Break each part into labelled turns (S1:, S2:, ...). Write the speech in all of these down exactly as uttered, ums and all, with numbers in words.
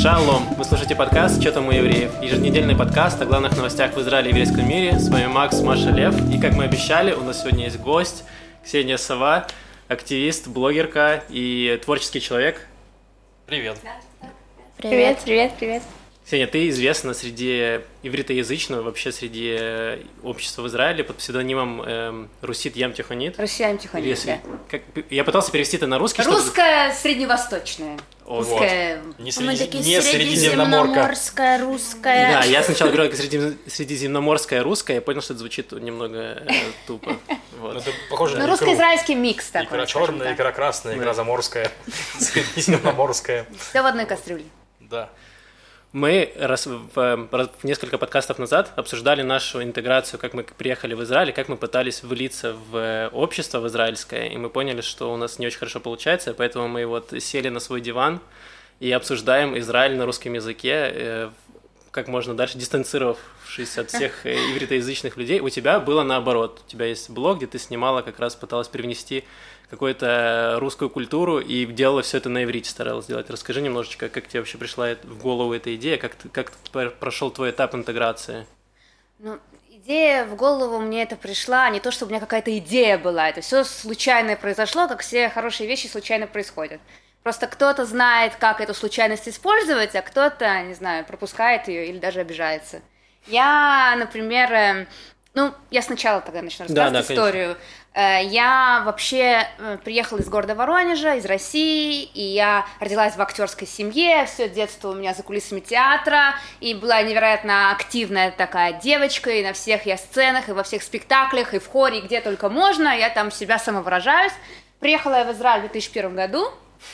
S1: Шалом! Вы слушаете подкаст «Чё там у евреев?» Еженедельный подкаст о главных новостях в Израиле и еврейском мире. С вами Макс, Маша, Лев. И как мы обещали, у нас сегодня есть гость Ксения Сова, активист, блогерка и творческий человек.
S2: Привет.
S3: Привет, привет, привет.
S1: Ксения, ты известна среди ивритоязычного, вообще среди общества в Израиле под псевдонимом эм, Русит Ям Тихонит.
S3: Русит Ям Тихонит,
S1: Если,
S3: да.
S1: как, я пытался перевести это на русский.
S3: Русская чтобы... средневосточная.
S1: О,
S3: русская...
S2: Вот. Не, среди... не средиземноморка.
S3: Русская.
S1: Да, я сначала говорил как среди... средиземноморская русская, я понял, что это звучит немного э, тупо. Вот.
S2: Ну, это похоже
S3: ну,
S2: на
S3: русско-израильский микс такой.
S2: Икра черная, икра красная, икра заморская, средиземноморская.
S3: Все в одной кастрюле.
S2: Да.
S1: Мы раз в, раз в несколько подкастов назад обсуждали нашу интеграцию, как мы приехали в Израиль, как мы пытались влиться в общество в израильское, и мы поняли, что у нас не очень хорошо получается, поэтому мы вот сели на свой диван и обсуждаем Израиль на русском языке, как можно дальше, дистанцировавшись от всех ивритоязычных людей. У тебя было наоборот, у тебя есть блог, где ты снимала, как раз пыталась привнести какую-то русскую культуру и делала все это на иврите, старалась сделать. Расскажи немножечко, как тебе вообще пришла в голову эта идея, как, как прошел твой этап интеграции?
S3: Ну, идея в голову мне это пришла, не то, чтобы у меня какая-то идея была, это все случайно произошло, как все хорошие вещи случайно происходят. Просто кто-то знает, как эту случайность использовать, а кто-то, не знаю, пропускает ее или даже обижается. Я, например, ну, я сначала тогда начну рассказывать да, да, историю. Конечно. Я вообще приехала из города Воронежа, из России, и я родилась в актерской семье, все детство у меня за кулисами театра, и была невероятно активная такая девочка, и на всех я сценах, и во всех спектаклях, и в хоре, и где только можно, я там себя самовыражаюсь. Приехала я в Израиль в две тысячи первом году,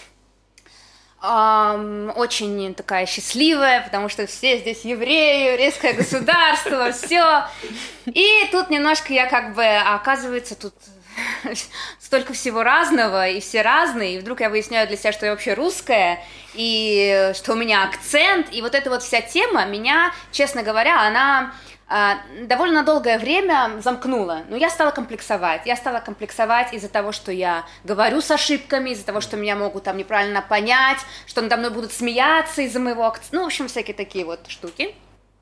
S3: Um, очень такая счастливая, потому что все здесь евреи, еврейское государство, все. И тут немножко я как бы, оказывается, тут столько всего разного, и все разные, и вдруг я выясняю для себя, что я вообще русская, и что у меня акцент, и вот эта вот вся тема меня, честно говоря, она... довольно долгое время замкнула, но я стала комплексовать. Я стала комплексовать из-за того, что я говорю с ошибками, из-за того, что меня могут там неправильно понять, что надо мной будут смеяться из-за моего акцента, ну, в общем, всякие такие вот штуки.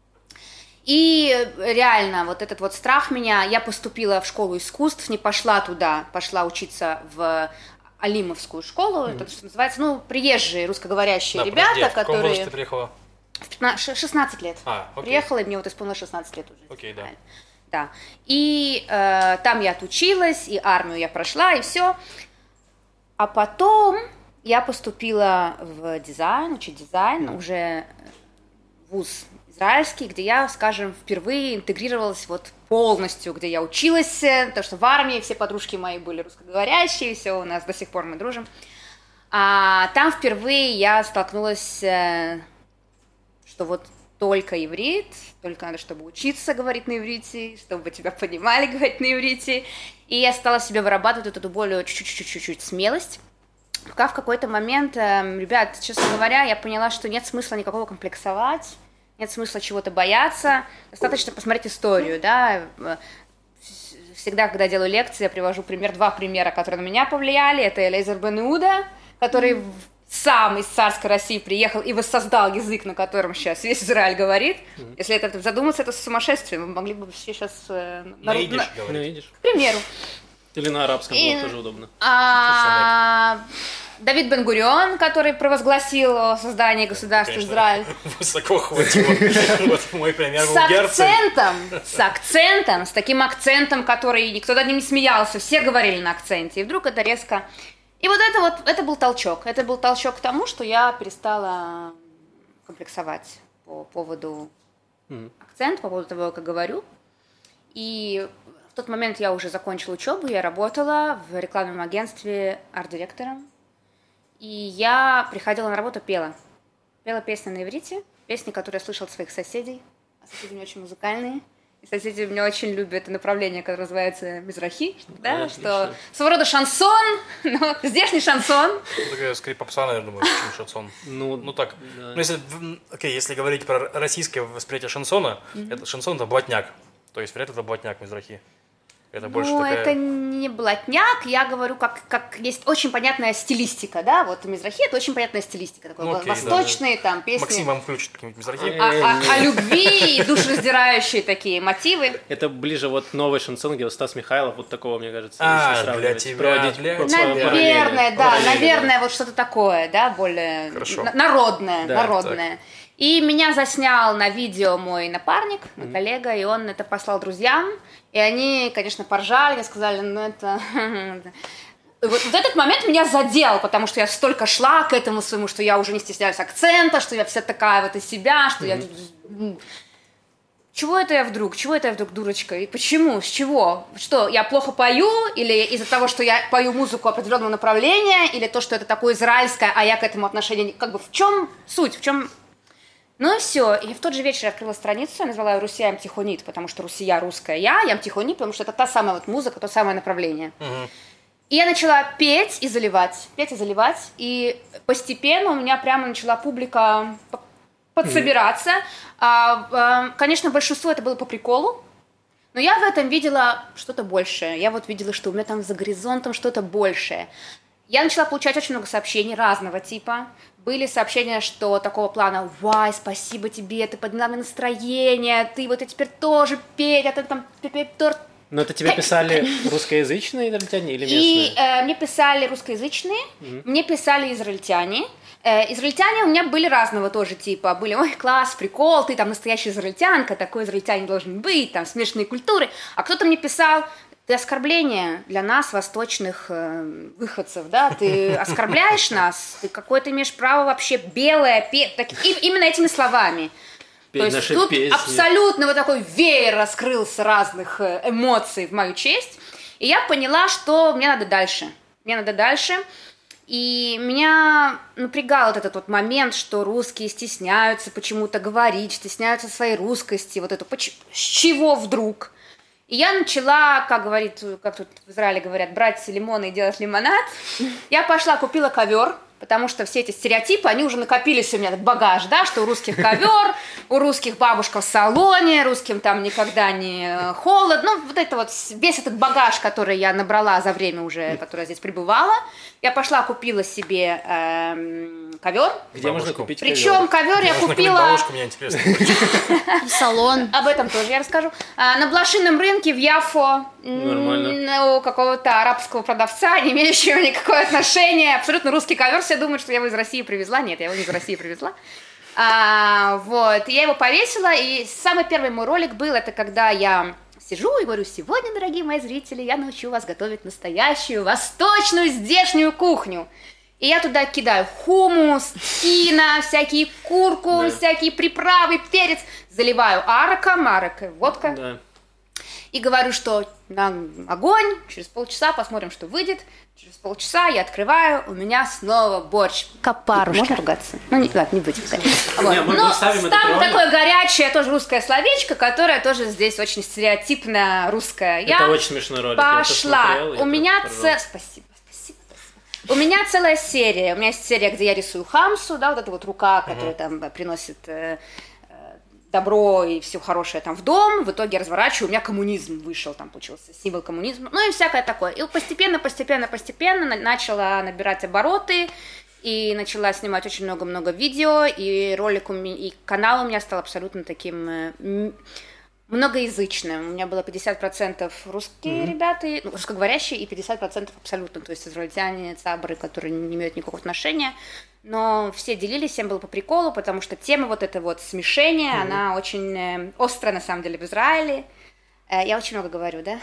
S3: И реально, вот этот вот страх меня, я поступила в школу искусств, не пошла туда, пошла учиться в Алимовскую школу, mm-hmm. это что называется, ну, приезжие русскоговорящие да, ребята,
S2: подожди,
S3: которые...
S2: В каком возрасте ты приехала?
S3: В шестнадцать лет.
S2: А,
S3: приехала, и мне вот исполнилось шестнадцать лет уже.
S2: Окей, да.
S3: Да. И э, там я отучилась, и армию я прошла, и все. А потом я поступила в дизайн, учить дизайн, mm. уже в вуз израильский, где я, скажем, впервые интегрировалась вот полностью, где я училась, потому что в армии все подружки мои были русскоговорящие, все, у нас до сих пор мы дружим. А там впервые я столкнулась... что вот только иврит, только надо, чтобы учиться говорить на иврите, чтобы тебя понимали говорить на иврите. И я стала себе вырабатывать вот эту более чуть-чуть смелость. Пока в какой-то момент, ребят, честно говоря, я поняла, что нет смысла никакого комплексовать, нет смысла чего-то бояться. Достаточно посмотреть историю, да. Всегда, когда делаю лекции, я привожу пример, два примера, которые на меня повлияли. Это Элиэзер бен Иуда, который... Mm-hmm. сам из царской России приехал и воссоздал язык, на котором сейчас весь Израиль говорит. Mm-hmm. Если это задуматься, это сумасшествие. Мы могли бы все сейчас... Э,
S2: на идиш
S3: на...
S2: говорить. На идиш.
S3: К примеру.
S1: Или на арабском и... было тоже удобно.
S3: А... Давид Бен-Гурион, который провозгласил создание государства Конечно, Израиль.
S2: Высоко хватило. Вот мой пример был
S3: с
S2: Герцен.
S3: акцентом, с акцентом, с таким акцентом, который никто над ним не смеялся, все говорили на акценте. И вдруг это резко... И вот это вот, это был толчок. Это был толчок к тому, что я перестала комплексовать по поводу mm-hmm. акцента, по поводу того, как говорю. И в тот момент я уже закончила учебу, я работала в рекламном агентстве арт-директором. И я приходила на работу, пела. Пела песни на иврите, песни, которые я слышала от своих соседей. А соседи у меня очень музыкальные. И соседи меня очень любят направление, которое называется мизрахи, да,
S1: а,
S3: что своего рода шансон, но здешний шансон.
S2: Ну, такая, скорее, попса, наверное, думаю, чем шансон. Ну, ну так, да. ну, если, окей, если говорить про российское восприятие шансона, mm-hmm. это шансон – это блатняк, то есть вряд ли это блатняк мизрахи. Это больше
S3: ну,
S2: такая...
S3: это не блатняк, я говорю, как, как есть очень понятная стилистика, да, вот Мизрахи это очень понятная стилистика, такой,
S2: ну, окей,
S3: восточные
S2: да,
S3: там песни.
S2: Максим вам включит какие-нибудь Мизрахи.
S3: О, о, о любви и душераздирающие такие мотивы.
S1: Это ближе вот новый шансон, где Стас Михайлов, вот такого, мне кажется,
S2: а, для тебя,
S1: проводить.
S2: Для
S3: наверное, да, параллели, наверное, да. Вот что-то такое, да, более
S2: Хорошо.
S3: народное,
S1: да,
S3: народное. Так. И меня заснял на видео мой напарник, мой mm-hmm. коллега, и он это послал друзьям, и они, конечно, поржали, сказали, ну это... Вот, вот этот момент меня задел, потому что я столько шла к этому своему, что я уже не стесняюсь акцента, что я вся такая вот из себя, что mm-hmm. я... Чего это я вдруг? Чего это я вдруг дурочка? И почему? С чего? Что, я плохо пою? Или из-за того, что я пою музыку определенного направления? Или то, что это такое израильское, а я к этому отношению... Как бы в чем суть? В чем... Ну и все. И в тот же вечер я открыла страницу, я назвала ее «Русия Ям Тихонит», потому что Русия русская я, Ям Тихонит, потому что это та самая вот музыка, то самое направление. Угу. И я начала петь и заливать, петь и заливать, и постепенно у меня прямо начала публика подсобираться. Mm-hmm. Конечно, большинство это было по приколу, но я в этом видела что-то большее. Я вот видела, что у меня там за горизонтом что-то большее. Я начала получать очень много сообщений разного типа. Были сообщения, что такого плана: «Вай, спасибо тебе, ты подняла мне настроение, ты вот и теперь тоже петь, а ты там торт».
S1: Но это тебе писали русскоязычные израильтяне или местные?
S3: И э, мне писали русскоязычные, mm-hmm. мне писали израильтяне. Э, израильтяне у меня были разного тоже типа. Были: «Ой, класс, прикол, ты там настоящая израильтянка, такой израильтянин должен быть, там смешанные культуры». А кто-то мне писал: «Ты оскорбление для нас, восточных э, выходцев, да, ты оскорбляешь нас, ты какое-то имеешь право вообще белое петь». Так, и, именно этими словами. То есть тут песни. Абсолютно вот такой веер раскрылся разных эмоций в мою честь. И я поняла, что мне надо дальше. Мне надо дальше. И меня напрягал вот этот вот момент, что русские стесняются почему-то говорить, стесняются своей русскости. Вот это с чего вдруг? И я начала, как говорит, как тут в Израиле говорят, брать лимоны и делать лимонад. Я пошла, купила ковер. Потому что все эти стереотипы, они уже накопились у меня, этот багаж, да, что у русских ковер, у русских бабушка в салоне, русским там никогда не холодно. Ну, вот это вот, весь этот багаж, который я набрала за время уже, которое я здесь пребывала. Я пошла, купила себе эм, ковер.
S1: Где можно купить ковер?
S3: Причем ковер я купила...
S2: Бабушку, мне интересно.
S3: Салон. Об этом тоже я расскажу. На блошином рынке в Яфо.
S1: Нормально.
S3: У какого-то арабского продавца, не имеющего никакого отношения. Абсолютно русский ковер. Все думают, что я его из России привезла. Нет, я его не из России привезла. А, вот. Я его повесила. И самый первый мой ролик был, это когда я сижу и говорю: сегодня, дорогие мои зрители, я научу вас готовить настоящую восточную здешнюю кухню. И я туда кидаю хумус, тхина, всякие куркум, да. всякие приправы, перец. Заливаю араком, арак, водка.
S1: Да.
S3: И говорю, что на огонь, через полчаса посмотрим, что выйдет. Через полчаса я открываю, у меня снова борщ. Капарушка. Можно ругаться? Ну, не, ладно, не будем. Вот. Не,
S1: ну, ставим
S3: там такое горячее, тоже русское словечко, которое тоже здесь очень стереотипно русское.
S1: Это
S3: я
S1: очень смешной ролик.
S3: Пошла.
S1: Смотрел,
S3: у меня ц... Спасибо. У меня целая серия. У меня есть серия, где я рисую хамсу, да, вот эта вот рука, которая uh-huh. там приносит э, добро и все хорошее там в дом. В итоге я разворачиваю, у меня коммунизм вышел, там получился символ коммунизма. Ну и всякое такое. И постепенно, постепенно, постепенно начала набирать обороты. И начала снимать очень много-много видео. И ролик у меня, и канал у меня стал абсолютно таким... Э, многоязычным. У меня было пятьдесят процентов русские mm-hmm. ребята, ну, русскоговорящие, и пятьдесят процентов абсолютно, то есть израильтяне, цабры, которые не имеют никакого отношения. Но все делились, всем было по приколу, потому что тема вот это вот смешения, mm-hmm. она очень э, острая на самом деле в Израиле. Э, я очень много говорю, да?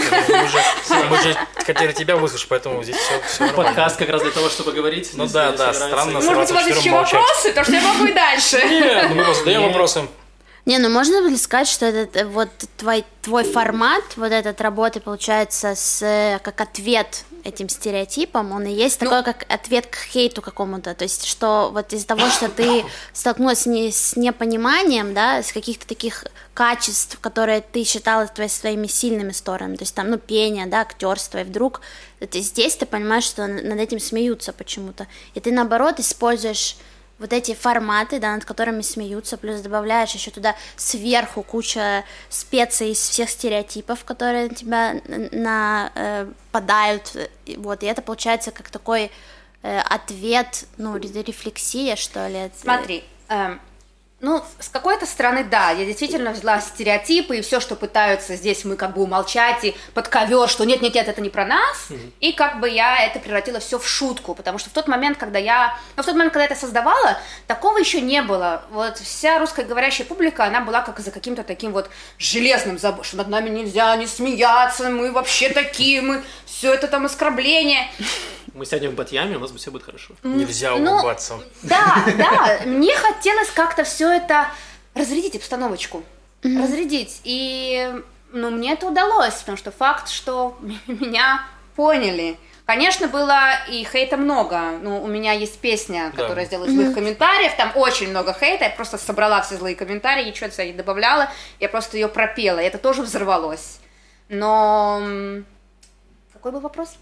S2: Мы же хотели тебя выслушать, поэтому здесь все нормально.
S1: Подкаст как раз для того, чтобы говорить.
S2: Ну да, да, странно.
S3: Может быть, у вас есть еще вопросы, потому что я могу и дальше.
S2: Нет, мы задаем вопросы.
S4: Не, ну можно ли сказать, что этот вот твой, твой формат, вот этот работы, получается, с, как ответ этим стереотипам, он и есть ну, такой, как ответ к хейту какому-то, то есть, что вот из-за того, что ты столкнулась не, с непониманием, да, с каких-то таких качеств, которые ты считала твоими, своими сильными сторонами, то есть там, ну, пение, да, актерство, и вдруг ты, здесь ты понимаешь, что над этим смеются почему-то, и ты, наоборот, используешь вот эти форматы, да, над которыми смеются, плюс добавляешь еще туда сверху куча специй из всех стереотипов, которые на тебя нападают, вот, и это получается как такой э, ответ, ну, рефлексия, что ли.
S3: Смотри, эм... ну, с какой-то стороны, да, я действительно взяла стереотипы и все, что пытаются здесь мы как бы умолчать и под ковер, что нет-нет-нет, это не про нас, mm-hmm. и как бы я это превратила все в шутку, потому что в тот момент, когда я, ну, в тот момент, когда я это создавала, такого еще не было. Вот вся русскоговорящая публика, она была как за каким-то таким вот железным забором, что над нами нельзя не смеяться, мы вообще такие, мы все это там оскорбление.
S1: Мы сядем в Батьяме, у нас все будет хорошо.
S2: Нельзя улыбаться.
S3: Ну, да, да, мне хотелось как-то все это разрядить, обстановочку, mm-hmm. разрядить. И, ну, мне это удалось, потому что факт, что меня поняли. Конечно, было и хейта много. Ну, у меня есть песня, которая да. сделала злых mm-hmm. комментариев, там очень много хейта, я просто собрала все злые комментарии, ничего сюда не добавляла, я просто ее пропела, и это тоже взорвалось. Но какой был вопрос?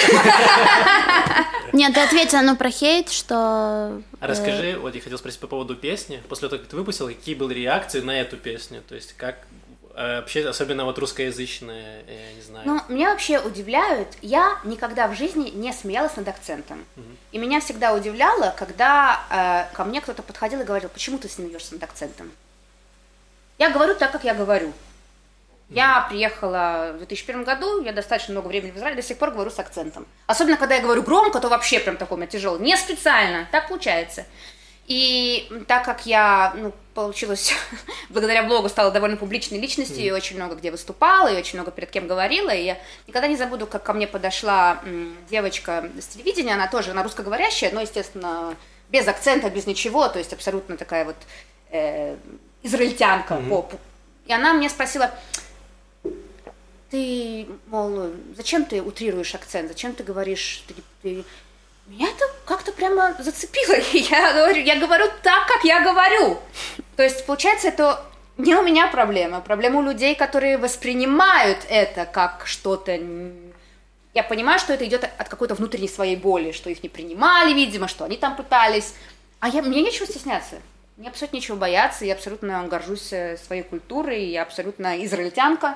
S4: Нет, ты ответила, ну, про хейт, что...
S1: А расскажи, вот я хотел спросить по поводу песни. После того, как ты выпустил, какие были реакции на эту песню? То есть, как вообще, особенно вот русскоязычные, я не знаю.
S3: Ну, меня вообще удивляют, я никогда в жизни не смеялась над акцентом. Угу. И меня всегда удивляло, когда э, ко мне кто-то подходил и говорил, почему ты смеешься над акцентом? Я говорю так, как я говорю. Я приехала в две тысячи первом году, я достаточно много времени в Израиле, до сих пор говорю с акцентом. Особенно, когда я говорю громко, то вообще прям такой у меня тяжелый. Не специально, так получается. И так как я, ну, получилось, благодаря блогу стала довольно публичной личностью, mm. и очень много где выступала, и очень много перед кем говорила, и я никогда не забуду, как ко мне подошла м, девочка с телевидения, она тоже, она русскоговорящая, но, естественно, без акцента, без ничего, то есть абсолютно такая вот э, израильтянка, mm-hmm. поп. И она мне спросила... Ты, мол, зачем ты утрируешь акцент, зачем ты говоришь, ты, ты... Меня это как-то прямо зацепило, и я говорю, я говорю так, как я говорю. То есть, получается, это не у меня проблема, проблема у людей, которые воспринимают это как что-то... Я понимаю, что это идет от какой-то внутренней своей боли, что их не принимали, видимо, что они там пытались. А я, мне нечего стесняться, мне абсолютно нечего бояться, я абсолютно горжусь своей культурой, я абсолютно израильтянка.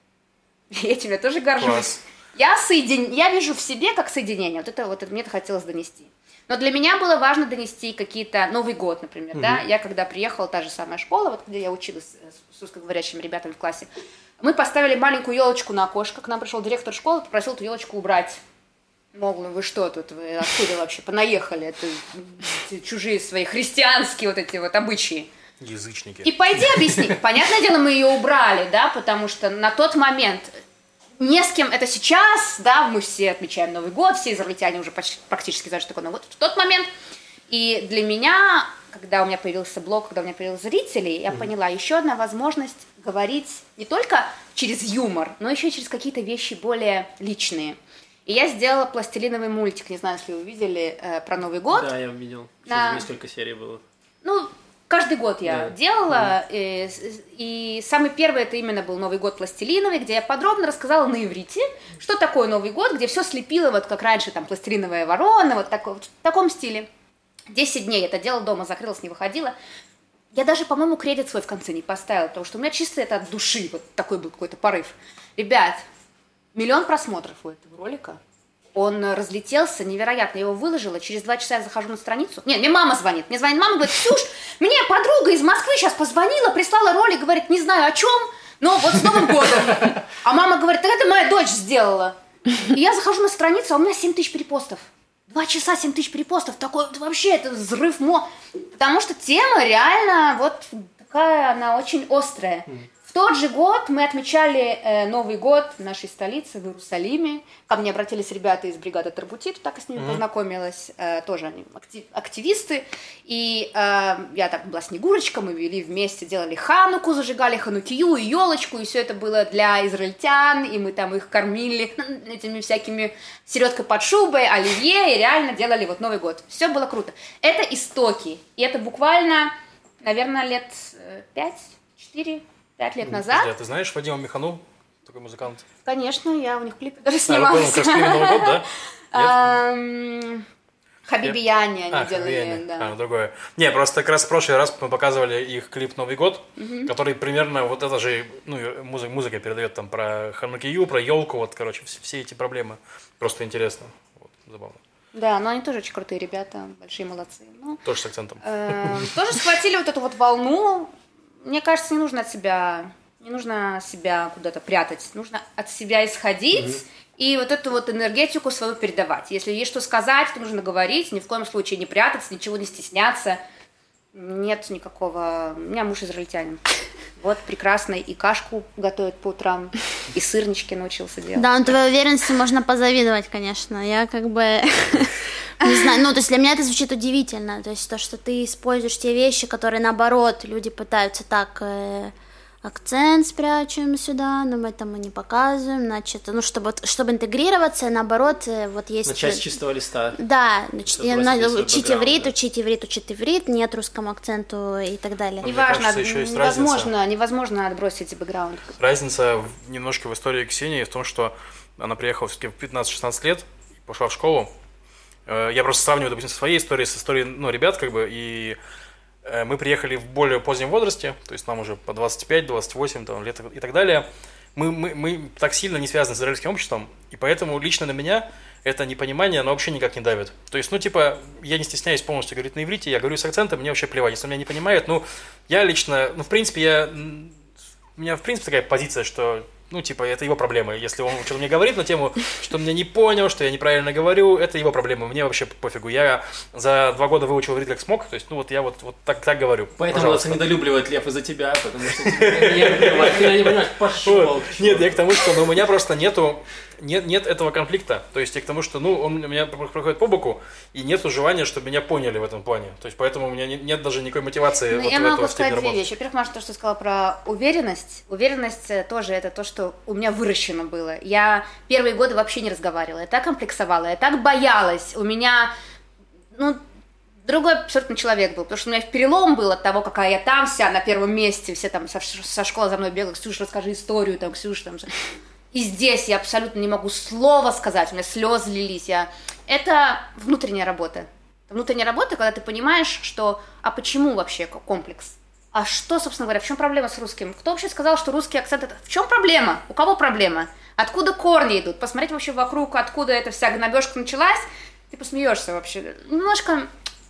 S3: Я этим я тоже горжусь. Я, соедин... я вижу в себе как соединение. Вот это вот мне это хотелось донести. Но для меня было важно донести какие-то... Новый год, например, mm-hmm. да? Я когда приехала, та же самая школа, вот где я училась с русскоговорящими ребятами в классе, мы поставили маленькую елочку на окошко. К нам пришел директор школы, попросил эту елочку убрать. Мол, вы что тут, вы откуда вообще понаехали? Это чужие свои христианские вот эти вот обычаи.
S2: Язычники.
S3: И пойди объясни. Понятное дело, мы ее убрали, да, потому что на тот момент не с кем, это сейчас, да, мы все отмечаем Новый год, все израильтяне уже почти, практически знают, что такое Новый год. В тот момент, и для меня, когда у меня появился блог, когда у меня появились зрители, я mm-hmm. поняла, еще одна возможность говорить не только через юмор, но еще и через какие-то вещи более личные. И я сделала пластилиновый мультик, не знаю, если вы видели, э, про Новый год.
S1: Да, я видел.
S3: Да.
S1: Несколько серий было.
S3: Ну, каждый год я да. делала,
S1: mm.
S3: и, и самый первый это именно был Новый год пластилиновый, где я подробно рассказала на иврите, что такое Новый год, где все слепила, вот как раньше, там, пластилиновая ворона, вот, такой, вот в таком стиле. Десять дней это делала дома, закрылась, не выходила. Я даже, по-моему, кредит свой в конце не поставила, потому что у меня чисто это от души, вот такой был какой-то порыв. Ребят, миллион просмотров у этого ролика. Он разлетелся невероятно, я его выложила, через два часа я захожу на страницу. Нет, мне мама звонит, мне звонит мама, говорит, Ксюш, мне подруга из Москвы сейчас позвонила, прислала ролик, говорит, не знаю о чем, но вот с Новым годом. А мама говорит, так это моя дочь сделала. И я захожу на страницу, а у меня семь тысяч перепостов. Два часа, семь тысяч перепостов, такой, вообще, это взрыв мо... Потому что тема реально вот такая, она очень острая. В тот же год мы отмечали э, Новый год в нашей столице, в Иерусалиме. Ко мне обратились ребята из бригады Тарбутит, так и с ними mm-hmm. познакомилась. Э, тоже они актив, активисты. И э, я так была Снегурочка, мы вели вместе, делали хануку, зажигали ханукию и елочку. И все это было для израильтян. И мы там их кормили этими всякими селедкой под шубой, оливье. И реально делали вот Новый год. Все было круто. Это истоки. И это буквально, наверное, лет пять-четыре. Пять лет назад.
S2: Подожди, а ты знаешь Вадима Михану, такой музыкант?
S3: Конечно, я у них в клипе даже снималась.
S2: А, вы понял, Новый год, да?
S3: Хабибияне они
S2: а,
S3: делали, да.
S2: А, другое. Не, просто как раз в прошлый раз мы показывали их клип «Новый год», угу. который примерно вот это же, ну, музыка, музыка передает там про Ханукию, про елку, вот, короче, все, все эти проблемы. Просто интересно, вот, забавно.
S3: Да, но они тоже очень крутые ребята, большие молодцы. Ну,
S2: тоже с акцентом.
S3: Э, тоже схватили вот эту вот волну. Мне кажется, не нужно от себя, не нужно себя куда-то прятать, нужно от себя исходить. Угу. И вот эту вот энергетику свою передавать. Если есть что сказать, то нужно говорить, ни в коем случае не прятаться, ничего не стесняться. Нет никакого... У меня муж израильтянин. Вот, прекрасно, и кашку готовит по утрам, и сырнички научился делать.
S4: Да, ну твоей уверенности можно позавидовать, конечно. Я как бы... Не знаю, ну, то есть для меня это звучит удивительно. То есть то, что ты используешь те вещи, которые, наоборот, люди пытаются так... акцент спрячем сюда, но мы это мы не показываем, значит, ну, чтобы, чтобы интегрироваться, наоборот, вот есть...
S1: Начать с чистого листа.
S4: Да, значит, надо учить иврит, да. учить иврит, учить иврит, нет русскому акценту и так далее.
S3: Неважно, невозможно, невозможно отбросить бэкграунд.
S2: Разница немножко в истории Ксении в том, что она приехала все-таки в пятнадцать-шестнадцать лет, пошла в школу. Я просто сравниваю, допустим, со своей историей, с историей, ну, ребят, как бы, и... Мы приехали в более позднем возрасте, то есть нам уже по двадцать пять двадцать восемь там, лет и так далее. Мы, мы, мы так сильно не связаны с израильским обществом, и поэтому лично на меня это непонимание, оно вообще никак не давит. То есть, ну, типа, я не стесняюсь полностью говорить на иврите, я говорю с акцентом, мне вообще плевать, если меня не понимают. Ну, я лично, ну, в принципе, я, у меня, в принципе, такая позиция, что... Ну, типа, это его проблемы. Если он что-то мне говорит на тему, что меня не понял, что я неправильно говорю, это его проблемы. Мне вообще пофигу. Я за два года выучил иврит как смог. То есть, ну, вот я вот, вот так, так говорю.
S1: Поэтому нас недолюбливает Лев из-за тебя, потому что тебя не понимаешь, пошел.
S2: Нет, я к тому, что у меня просто нету... Нет, нет этого конфликта. То есть я к тому, что ну, он у меня проходит по боку, и нету желания, чтобы меня поняли в этом плане. То есть поэтому у меня нет, нет даже никакой мотивации. Вот
S3: я могу сказать две вещи. Во-первых, Маша, то, что ты сказала про уверенность. Уверенность тоже это то, что у меня выращено было. Я первые годы вообще не разговаривала. Я так комплексовала, я так боялась. У меня, ну, другой абсолютно человек был. Потому что у меня перелом был от того, какая я там вся на первом месте. Все там со, со школы за мной бегали. Ксюша, расскажи историю, там, Ксюша, там... И здесь я абсолютно не могу слова сказать, у меня слезы лились. Я... Это внутренняя работа. Внутренняя работа, когда ты понимаешь, что... А почему вообще комплекс? А что, собственно говоря, в чем проблема с русским? Кто вообще сказал, что русский акцент... Это... В чем проблема? У кого проблема? Откуда корни идут? Посмотреть вообще вокруг, откуда эта вся гнобежка началась. Ты посмеешься вообще. Немножко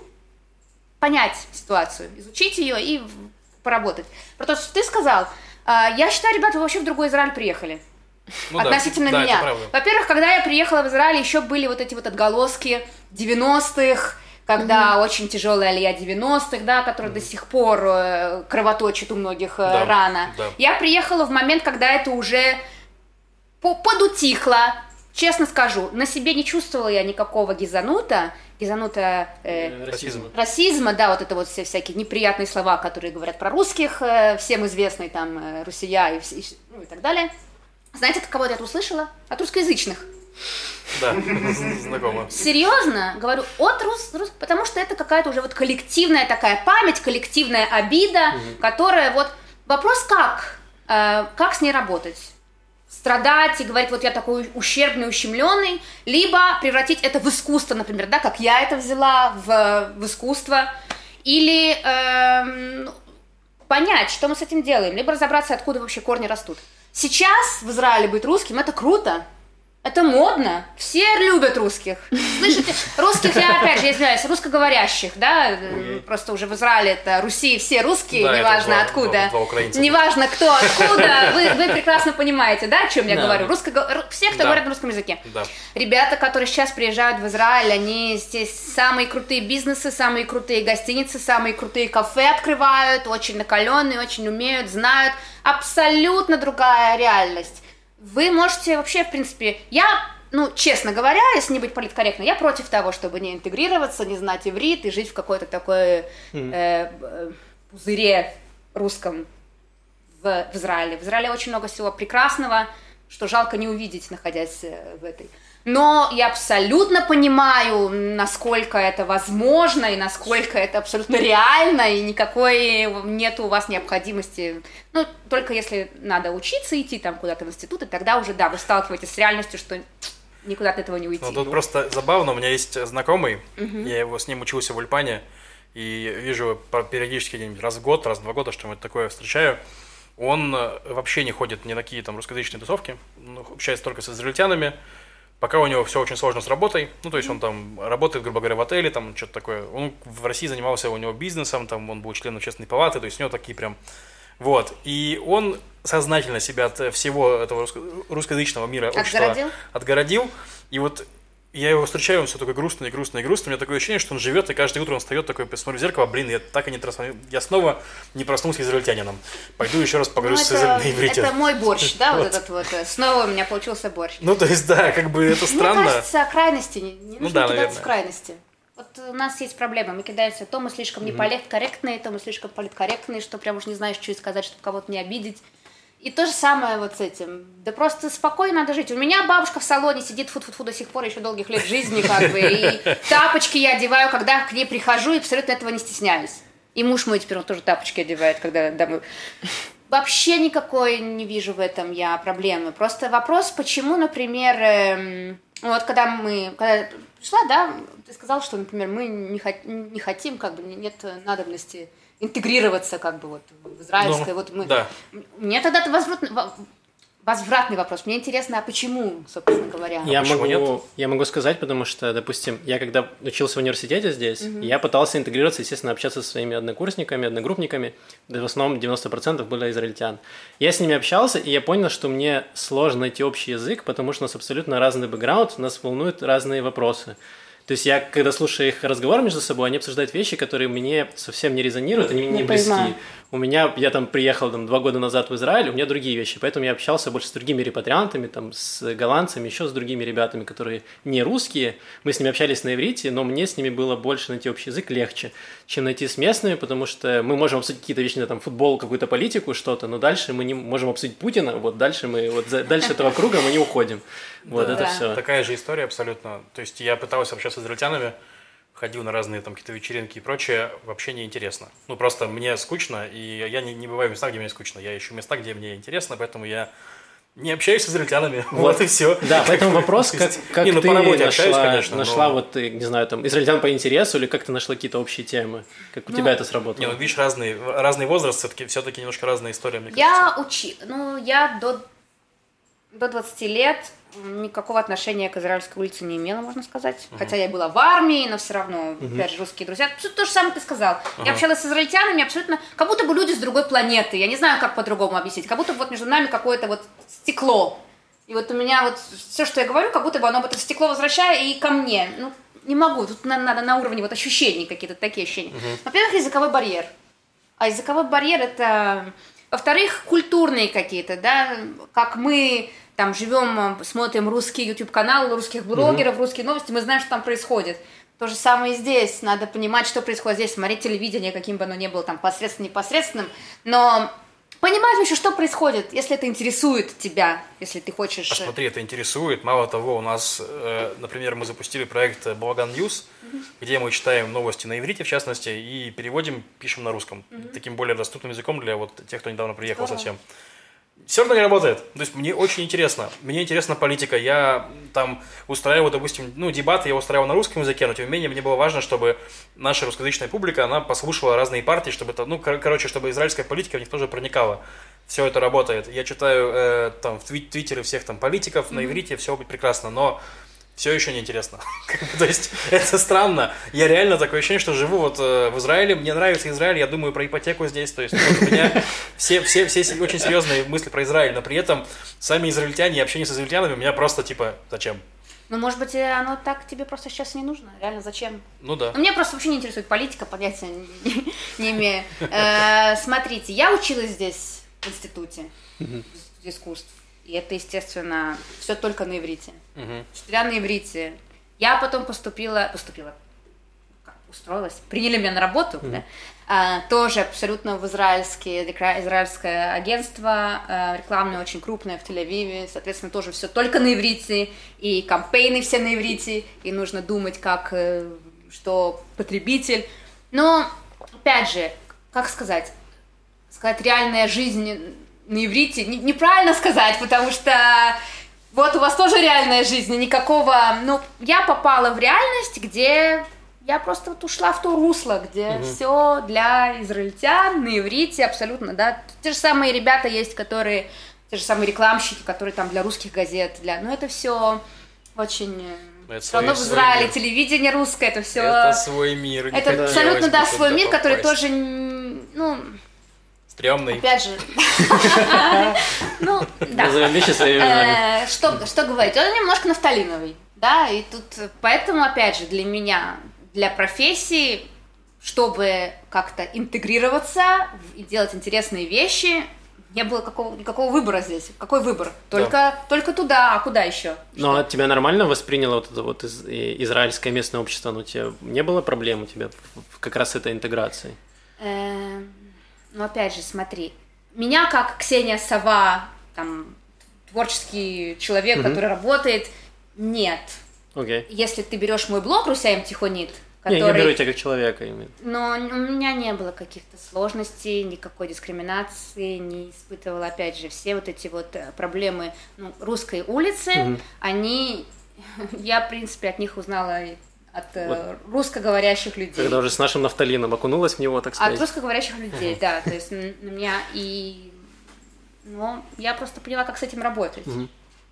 S3: понять ситуацию, изучить ее и поработать. Про то, что ты сказал, я считаю, ребята, вы вообще в другой Израиль приехали. Ну, относительно да, меня. Да, во-первых, когда я приехала в Израиль, еще были вот эти вот отголоски девяностых, когда mm-hmm. очень тяжелая алия девяностых, да, которая mm-hmm. до сих пор э, кровоточит у многих э, да, рано. Да. Я приехала в момент, когда это уже подутихло. Честно скажу, на себе не чувствовала я никакого гизанута, гизанута э,
S2: расизма.
S3: расизма, да, вот это вот все всякие неприятные слова, которые говорят про русских, э, всем известный там э, Русия и, и, ну, и так далее. Знаете, от кого я это услышала? От русскоязычных.
S2: Да, знакомо.
S3: Серьезно? Говорю, от рус, рус... Потому что это какая-то уже вот коллективная такая память, коллективная обида, угу. которая вот... Вопрос как? Э, как с ней работать? Страдать и говорить, вот я такой ущербный, ущемленный, либо превратить это в искусство, например, да, как я это взяла в, в искусство, или э, понять, что мы с этим делаем, либо разобраться, откуда вообще корни растут. Сейчас в Израиле быть русским – это круто, это модно, все любят русских. Слышите, русских, я опять же извиняюсь, русскоговорящих, да, mm-hmm. просто уже в Израиле это Руси, все русские, да, неважно откуда, два, два неважно кто откуда, вы, вы прекрасно понимаете, да, о чем я да. говорю, Русско... все, кто да. говорит на русском языке. Да. Ребята, которые сейчас приезжают в Израиль, они здесь самые крутые бизнесы, самые крутые гостиницы, самые крутые кафе открывают, очень накаленные, очень умеют, знают, абсолютно другая реальность. Вы можете вообще, в принципе, я, ну, честно говоря, если не быть политкорректной, я против того, чтобы не интегрироваться, не знать иврит и жить в какой-то такой mm-hmm. э, пузыре русском в, в Израиле. В Израиле очень много всего прекрасного, что жалко не увидеть, находясь в этой. Но я абсолютно понимаю, насколько это возможно, и насколько это абсолютно реально, и никакой нет у вас необходимости. Ну, только если надо учиться, идти там куда-то в институт, и тогда уже, да, вы сталкиваетесь с реальностью, что никуда от этого не уйти.
S2: Ну, тут просто забавно, у меня есть знакомый, uh-huh. я его с ним учился в Ульпане, и вижу периодически где-нибудь раз в год, раз в два года, что-нибудь такое встречаю. Он вообще не ходит ни на какие там русскоязычные тусовки, общается только с израильтянами, пока у него все очень сложно с работой, ну, то есть он там работает, грубо говоря, в отеле, там что-то такое. Он в России занимался у него бизнесом, там он был членом общественной палаты, то есть у него такие прям... Вот, и он сознательно себя от всего этого русско- русскоязычного мира общества
S3: отгородил?
S2: отгородил, и вот я его встречаю, он все такой грустный, грустный, грустный, у меня такое ощущение, что он живет, и каждое утро он встает такой, смотрю в зеркало, блин, я так и не трансформировал, я снова не проснулся израильтянином, пойду еще раз поговорю
S3: ну,
S2: с
S3: это,
S2: на иврите.
S3: Это мой борщ, да, вот этот вот, снова у меня получился борщ.
S2: Ну, то есть, да, как бы это странно.
S3: Мне кажется, крайности, не, не нужно
S2: ну, да,
S3: кидаться
S2: наверное.
S3: в крайности. Вот у нас есть проблема, мы кидаемся, то мы слишком неполиткорректные, то мы слишком политкорректные, что прям уж не знаешь, что и сказать, чтобы кого-то не обидеть. И то же самое вот с этим. Да просто спокойно надо жить. У меня бабушка в салоне сидит фу-фу-фу до сих пор, еще долгих лет жизни, как бы, и тапочки я одеваю, когда к ней прихожу, и абсолютно этого не стесняюсь. И муж мой теперь он тоже тапочки одевает, когда домой. Вообще никакой не вижу в этом я проблемы. Просто вопрос, почему, например, эм, вот когда мы, когда пришла, да, ты сказал, что, например, мы не, хот- не хотим, как бы, нет надобности интегрироваться, как бы, вот, в израильское,
S2: ну,
S3: вот мы...
S2: Да.
S3: Мне тогда возвратный, возвратный вопрос. Мне интересно, а почему, собственно говоря?
S1: Я,
S2: а
S1: могу,
S2: нет?
S1: я могу сказать, потому что, допустим, я когда учился в университете здесь, mm-hmm. я пытался интегрироваться, естественно, общаться со своими однокурсниками, одногруппниками, да, в основном девяносто процентов были израильтян. Я с ними общался, и я понял, что мне сложно найти общий язык, потому что у нас абсолютно разный бэкграунд, нас волнуют разные вопросы. То есть я, когда слушаю их разговор между собой, они обсуждают вещи, которые мне совсем не резонируют, они мне не близки. Понимаю. У меня, я там приехал там, два года назад в Израиль, у меня другие вещи, поэтому я общался больше с другими репатриантами, там, с голландцами, еще с другими ребятами, которые не русские. Мы с ними общались на иврите, но мне с ними было больше найти общий язык легче, чем найти с местными, потому что мы можем обсудить какие-то вещи, там, футбол, какую-то политику, что-то, но дальше мы не можем обсудить Путина, вот дальше мы, вот за, дальше этого круга мы не уходим. Вот это все.
S2: Такая же история абсолютно. То есть я пытался общаться с израильтянами, ходил на разные там какие-то вечеринки и прочее, вообще не интересно. Ну, просто мне скучно, и я не, не бываю в местах, где мне скучно. Я ищу места, где мне интересно, поэтому я не общаюсь с израильтянами. Вот, вот и все.
S1: Да, поэтому вопрос, как, как
S2: не, ну,
S1: ты
S2: по работе
S1: нашла,
S2: общаюсь, конечно,
S1: нашла
S2: но...
S1: вот, не знаю, там, израильтян по интересу, или как ты нашла какие-то общие темы? Как у ну, тебя это сработало?
S2: Не, ну, видишь, разный, разный возраст, все-таки, все-таки немножко разная история, мне
S3: я
S2: кажется.
S3: Учи... Ну, я до, до двадцати лет никакого отношения к израильской улице не имела, можно сказать. Uh-huh. Хотя я была в армии, но все равно, uh-huh. опять же, русские друзья. Все то же самое ты сказал. Uh-huh. Я общалась с израильтянами абсолютно, как будто бы люди с другой планеты. Я не знаю, как по-другому объяснить. Как будто бы вот между нами какое-то вот стекло. И вот у меня вот все, что я говорю, как будто бы оно вот это стекло возвращает и ко мне. Ну, не могу. Тут надо на уровне вот ощущений какие-то такие ощущения. Uh-huh. Во-первых, языковой барьер. А языковой барьер это... Во-вторых, культурные какие-то, да, как мы там живем, смотрим русский YouTube-канал, русских блогеров, mm-hmm. русские новости, мы знаем, что там происходит. То же самое и здесь. Надо понимать, что происходит здесь, смотреть телевидение, каким бы оно ни было, там, посредственным, непосредственным, но понимать вообще, что происходит, если это интересует тебя, если ты хочешь...
S2: А смотри, это интересует. Мало того, у нас, э, например, мы запустили проект Балаган Ньюс, mm-hmm. где мы читаем новости на иврите, в частности, и переводим, пишем на русском. Mm-hmm. Таким более доступным языком для вот тех, кто недавно приехал Здорово. совсем. Все равно не работает. То есть мне очень интересно. Мне интересна политика. Я там устраиваю, допустим, ну, дебаты я устраивал на русском языке, но тем не менее мне было важно, чтобы наша русскоязычная публика, она послушала разные партии, чтобы это, ну, кор- короче, чтобы израильская политика в них тоже проникала. Все это работает. Я читаю э, там в твит- твиттеры всех там политиков mm-hmm. на иврите, все прекрасно, но все еще неинтересно. То есть это странно. Я реально такое ощущение, что живу вот э, в Израиле, мне нравится Израиль, я думаю про ипотеку здесь, то есть вот у меня все, все, все очень серьезные мысли про Израиль, но при этом сами израильтяне и общение с израильтянами у меня просто типа зачем?
S3: Ну, может быть, оно так тебе просто сейчас не нужно, реально зачем?
S2: Ну да.
S3: Но меня просто вообще не интересует политика, понятия не, не имею. Э, смотрите, я училась здесь в институте искусств. И это, естественно, все только на иврите. Uh-huh. Учителя на иврите. Я потом поступила, поступила, как, устроилась, приняли меня на работу, uh-huh. да, а, тоже абсолютно в израильские, израильское агентство, а, рекламное, очень крупное в Тель-Авиве, соответственно, тоже все только на иврите, и кампейны все на иврите, и нужно думать, как, что потребитель. Но, опять же, как сказать, сказать реальная жизнь... На иврите неправильно сказать, потому что Вот у вас тоже реальная жизнь, никакого... Ну, я попала в реальность, где я просто вот ушла в то русло, где угу. все для израильтян, на иврите абсолютно, да. Те же самые ребята есть, которые... Те же самые рекламщики, которые там для русских газет, для... Ну, это все очень... Все равно в Израиле телевидение русское, это все...
S2: Это свой мир.
S3: Это абсолютно, да, свой мир, который тоже, ну...
S2: Стрёмный.
S3: Опять же. Ну, да. Что, что говорить? Он немножко нафталиновый, да, и тут, поэтому, опять же, для меня, для профессии, чтобы как-то интегрироваться и делать интересные вещи, не было какого, никакого выбора здесь. Какой выбор? Только, да. только туда, а куда еще?
S1: Ну, а тебя нормально восприняло вот это вот из, израильское местное общество? Ну, у тебя не было проблем у тебя как раз с этой интеграцией?
S3: Ну, опять же, смотри, меня как Ксения Сова, там, творческий человек, mm-hmm. который работает, нет.
S1: Okay.
S3: Если ты берешь мой блог «Русяем Тихонит», который...
S1: Не, я беру тебя как человека именно.
S3: Но у меня не было каких-то сложностей, никакой дискриминации, не испытывала, опять же, все вот эти вот проблемы ну, русской улицы, mm-hmm. они... Я, в принципе, от них узнала... От вот. русскоговорящих людей.
S1: Когда уже с нашим нафталином окунулась в него, так сказать.
S3: От русскоговорящих людей, да. То есть на меня и... Ну, я просто поняла, как с этим работать.
S1: Угу.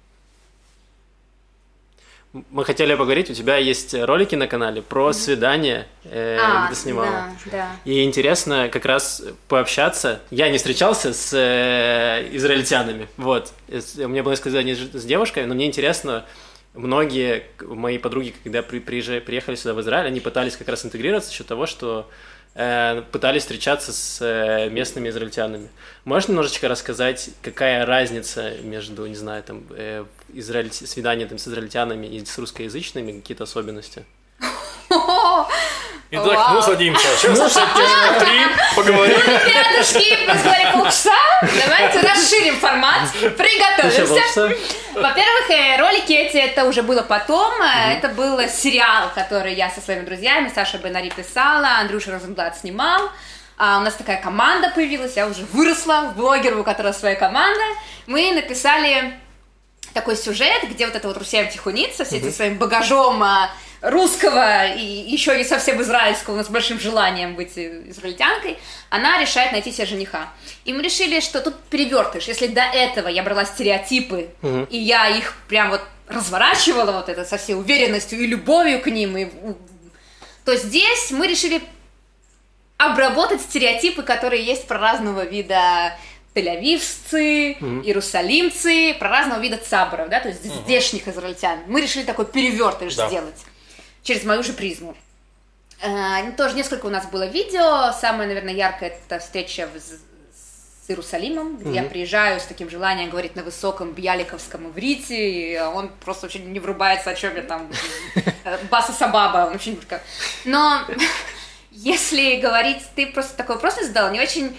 S1: Мы хотели поговорить, у тебя есть ролики на канале про угу. свидания, э,
S3: а,
S1: где ты снимала.
S3: Да, да.
S1: И интересно как раз пообщаться. Я не встречался с э, израильтянами, вот. У меня было свидание с девушкой, но мне интересно... Многие мои подруги, когда при, приезжали, приехали сюда в Израиль, они пытались как раз интегрироваться за счет того, что э, пытались встречаться с э, местными израильтянами. Можешь немножечко рассказать, какая разница между, не знаю, там, э, израиль... свиданием там, с израильтянами и с русскоязычными, какие-то особенности?
S2: Итак, мы садимся. Сейчас на три поговорим.
S3: Рядышки, позвали полчаса. Давайте расширим формат. Приготовимся. Во-первых, ролики эти, это уже было потом. Это был сериал, который я со своими друзьями, Саша Бенари писала, Андрюша Розенблат снимал. А у нас такая команда появилась, я уже выросла в блогера, у которого своя команда. Мы написали такой сюжет, где вот эта вот Русяем Тихонит со всем этим своим багажом русского и еще не совсем израильского, но с большим желанием быть израильтянкой, она решает найти себе жениха. И мы решили, что тут перевертыш. Если до этого я брала стереотипы, uh-huh. и я их прям вот разворачивала вот это со всей уверенностью и любовью к ним, и... то здесь мы решили обработать стереотипы, которые есть про разного вида тель-авивцы, uh-huh. иерусалимцы, про разного вида цабров, да, то есть uh-huh. здешних израильтян. Мы решили такой перевертыш да. сделать. Через мою же призму. Э, тоже несколько у нас было видео. Самое, наверное, яркое – это встреча в, с Иерусалимом, где mm-hmm. я приезжаю с таким желанием говорить на высоком бьяликовском иврите, и он просто вообще не врубается, о чем я там, баса сабаба, он вообще не такой. Но если говорить, ты просто такой вопрос задал, не очень...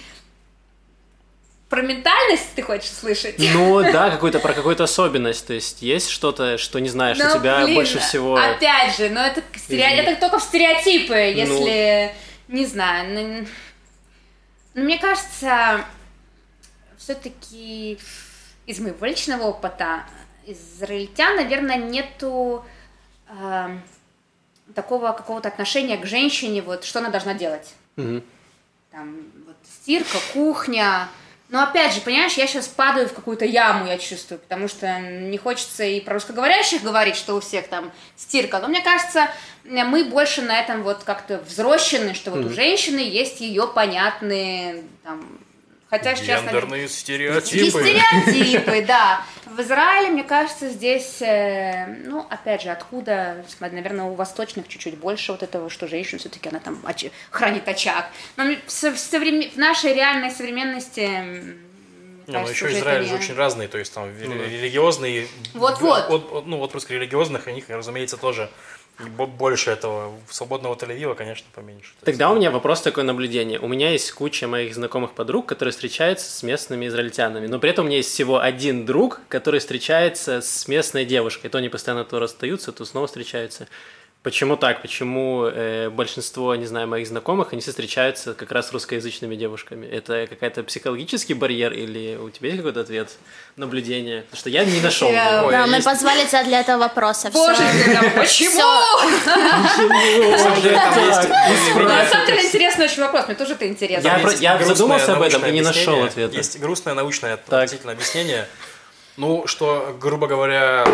S3: Про ментальность ты хочешь слышать?
S1: Ну да, какую-то, про какую-то особенность. То есть есть что-то, что не знаешь,
S3: но,
S1: что тебя
S3: блин,
S1: больше всего...
S3: Опять же, но это, стереотип, это только в стереотипы, если... Ну... Не знаю. Ну, ну, мне кажется, все-таки из моего личного опыта израильтян, наверное, нету э, такого какого-то отношения к женщине, вот что она должна делать.
S1: Угу.
S3: Там вот стирка, кухня... Но опять же, понимаешь, я сейчас падаю в какую-то яму, я чувствую, потому что не хочется и про русскоговорящих говорить, что у всех там стирка. Но мне кажется, мы больше на этом вот как-то взрослены, что вот mm-hmm. у женщины есть ее понятные там... Хотя сейчас...
S2: Гендерные стереотипы.
S3: И стереотипы, да. В Израиле, мне кажется, здесь, ну, опять же, откуда, наверное, у восточных чуть-чуть больше вот этого, что женщина все-таки, она там оч... хранит очаг. Но в, современ... в нашей реальной современности...
S2: Не, кажется, ну еще Израиль же очень разный, то есть там mm-hmm. религиозные...
S3: Вот-вот.
S2: От, от, ну, отпрыск религиозных, у них, разумеется, тоже... Больше этого. Свободного Тель-Авива, конечно, поменьше.
S1: Тогда у меня вопрос, такое наблюдение. У меня есть куча моих знакомых подруг, которые встречаются с местными израильтянами, но при этом у меня есть всего один друг, который встречается с местной девушкой. То они постоянно то расстаются, то снова встречаются. Почему так? Почему э, большинство, не знаю, моих знакомых, они все встречаются как раз с русскоязычными девушками? Это какой-то психологический барьер или у тебя есть какой-то ответ, наблюдение? Потому что я не нашел.
S3: Я-
S2: Ой,
S4: Да, мы
S2: есть-
S4: позвали тебя для этого вопроса.
S3: Боже,
S4: Всё.
S3: почему?
S2: На самом деле, там есть
S3: Ну,
S2: более-
S3: на самом деле интересный очень вопрос, мне тоже это интересно.
S1: Я
S2: Там
S1: про-
S2: есть
S1: я
S2: грустное
S1: задумался об этом
S2: научное
S1: и не нашел
S2: объяснение.
S1: ответа.
S2: Есть грустное научное
S1: Так.
S2: относительно объяснение. Ну, что, грубо говоря,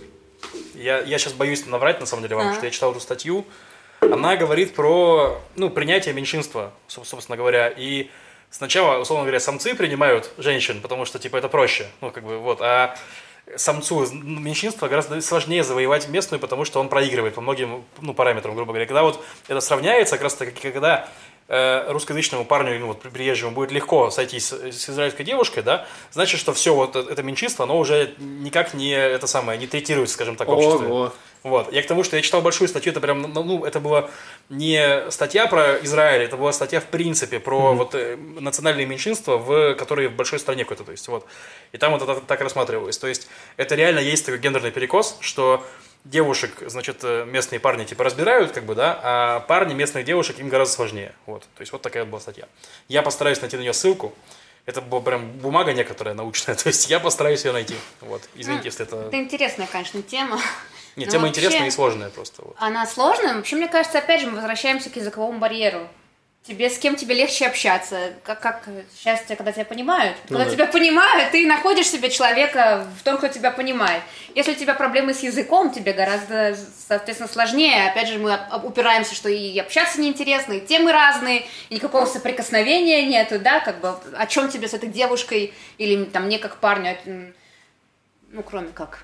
S2: я, я сейчас боюсь наврать, на самом деле, вам,
S3: А.
S2: что я читал эту статью. Она говорит про, ну, принятие меньшинства, соб- собственно говоря. И сначала, условно говоря, самцы принимают женщин, потому что, типа, это проще. Ну, как бы, вот. А самцу из меньшинства гораздо сложнее завоевать местную, потому что он проигрывает по многим, ну, параметрам, грубо говоря. Когда вот это сравняется, как раз таки, когда э, русскоязычному парню, ну, вот, приезжему будет легко сойтись с, с израильской девушкой, да, значит, что все вот это меньшинство, оно уже никак не, это самое, не третируется, скажем так, в обществе.
S1: Ого.
S2: Вот. Я к тому, что я читал большую статью, это прям, ну, это была не статья про Израиль, это была статья в принципе про mm-hmm. вот э, национальные меньшинства, в, которые в большой стране какой-то, то есть вот. И там вот это так рассматривалось. То есть это реально есть такой гендерный перекос, что девушек, значит, местные парни типа разбирают, как бы, да, а парни местных девушек им гораздо сложнее. Вот. То есть вот такая вот была статья. Я постараюсь найти на нее ссылку. Это была прям бумага некоторая научная, то есть я постараюсь ее найти. Вот. Извините, если это...
S3: Это интересная, конечно, тема.
S2: Нет,
S3: Ну,
S2: тема
S3: вообще-
S2: интересная и сложная просто. Вот.
S3: Она сложная. Вообще, мне кажется, опять же, мы возвращаемся к языковому барьеру. Тебе с кем тебе легче общаться? Как, как счастье, когда тебя понимают? Когда
S1: да.
S3: тебя понимают, ты находишь себе человека в том, кто тебя понимает. Если у тебя проблемы с языком, тебе гораздо, соответственно, сложнее. Опять же, мы об- упираемся, что и общаться неинтересно, и темы разные, и никакого соприкосновения нету, да, как бы о чем тебе с этой девушкой или там мне как парню, м, ну, кроме как.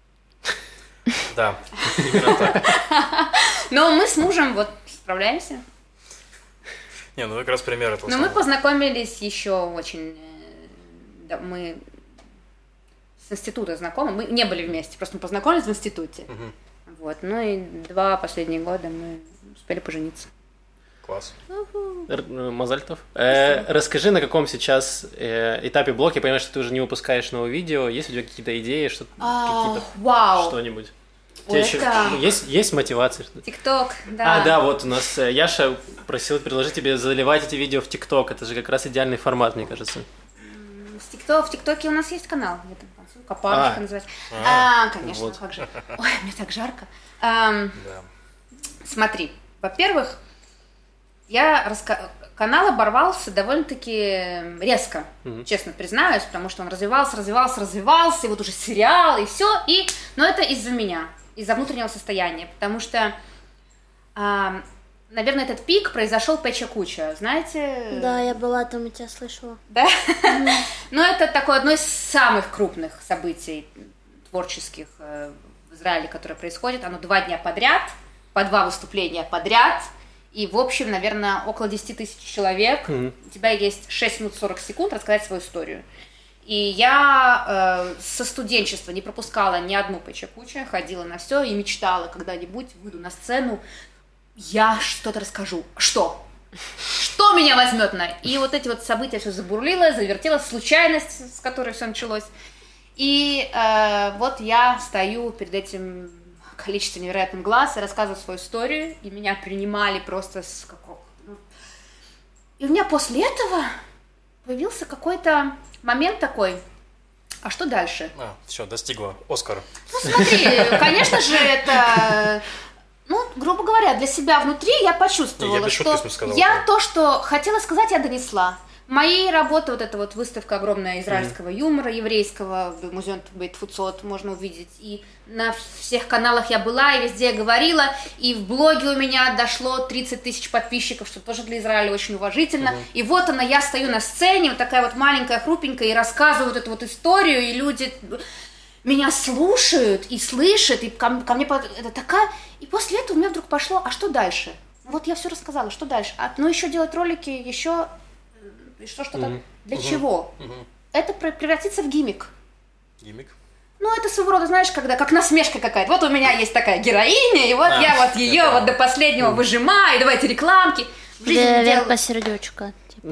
S2: Да, именно так.
S3: Но мы с мужем вот справляемся.
S2: Не, ну как раз пример этого
S3: Но мы
S2: самого.
S3: познакомились еще очень... э, да, мы с института знакомы. Мы не были вместе, просто мы познакомились в институте.
S2: Мгм.
S3: Вот. Ну и два последние года мы успели пожениться.
S2: Класс.
S1: Р- э, Мазальтов. Э, расскажи, на каком сейчас э, этапе блог, я понимаю, что ты уже не выпускаешь новые видео, есть у тебя какие-то идеи, что какие-то
S3: Вау!
S1: что-нибудь? У
S3: Ой,
S1: тебя
S3: это-
S1: еще- есть, есть мотивация? Что-то?
S3: ТикТок, да.
S1: А, да, вот у нас э, Яша просил предложить тебе заливать эти видео в ТикТок. Это же как раз идеальный формат, мне кажется.
S3: В ТикТок, в ТикТоке у нас есть канал, я там танцую, Копарушка
S1: А.
S3: называется. А, конечно,
S1: Вот.
S3: как же. Ой, мне так жарко. Ам,
S2: Да.
S3: Смотри, во-первых, я раска... канал оборвался довольно-таки резко,
S1: Мгм.
S3: честно признаюсь, потому что он развивался, развивался, развивался, и вот уже сериал, и все, и... но это из-за меня, из-за внутреннего состояния, потому что, а, наверное, этот пик произошел Печа Куча, знаете?
S4: Да, я была там и тебя слышала.
S3: Да? Ну, это такое одно из самых крупных событий творческих э, в Израиле, которое происходит. Оно два дня подряд, по два выступления подряд. И, в общем, наверное, около десять тысяч человек.
S1: Мгм.
S3: У тебя есть шесть минут сорок секунд рассказать свою историю. И я э, со студенчества не пропускала ни одну Печа Куча, ходила на все и мечтала когда-нибудь выйду на сцену, я что-то расскажу. Что? Что меня возьмет на? И вот эти вот события все забурлило, завертело, случайность, с которой все началось. И э, вот я стою перед этим количеством невероятным глаз и рассказываю свою историю, и меня принимали просто с какого... ну. И у меня после этого появился какой-то момент такой, а что дальше?
S2: А, все, достигла Оскара.
S3: Ну смотри, конечно же, это... Ну, грубо говоря, для себя внутри я почувствовала,
S2: Не, я без шутки,
S3: что
S2: в смысле, сказала,
S3: я
S2: да.
S3: то, что хотела сказать, я донесла. Мои работы, вот эта вот выставка огромная израильского юмора, еврейского, в музее Бейт-Фуцот можно увидеть. И на всех каналах я была, и везде я говорила. И в блоге у меня дошло тридцать тысяч подписчиков, что тоже для Израиля очень уважительно.
S2: Мгм.
S3: И вот она, я стою на сцене, вот такая вот маленькая, хрупенькая, и рассказываю вот эту вот историю, и люди меня слушают и слышат, и ко, ко мне под- это такая... И после этого у меня вдруг пошло, а что дальше? Вот я все рассказала, что дальше? А, ну, еще делать ролики, еще... Еще что-то.
S1: Мгм.
S3: Для
S2: Мгм.
S3: чего?
S2: Мгм.
S3: Это пр- превратится в гиммик.
S2: Гиммик.
S3: Ну, это своего рода, знаешь, когда как насмешка какая-то. Вот у меня есть такая героиня, и вот
S2: А,
S3: я вот ее
S2: это-
S3: вот до последнего выжимаю, и давайте рекламки. В жизни не делала...
S4: Верка сердючка.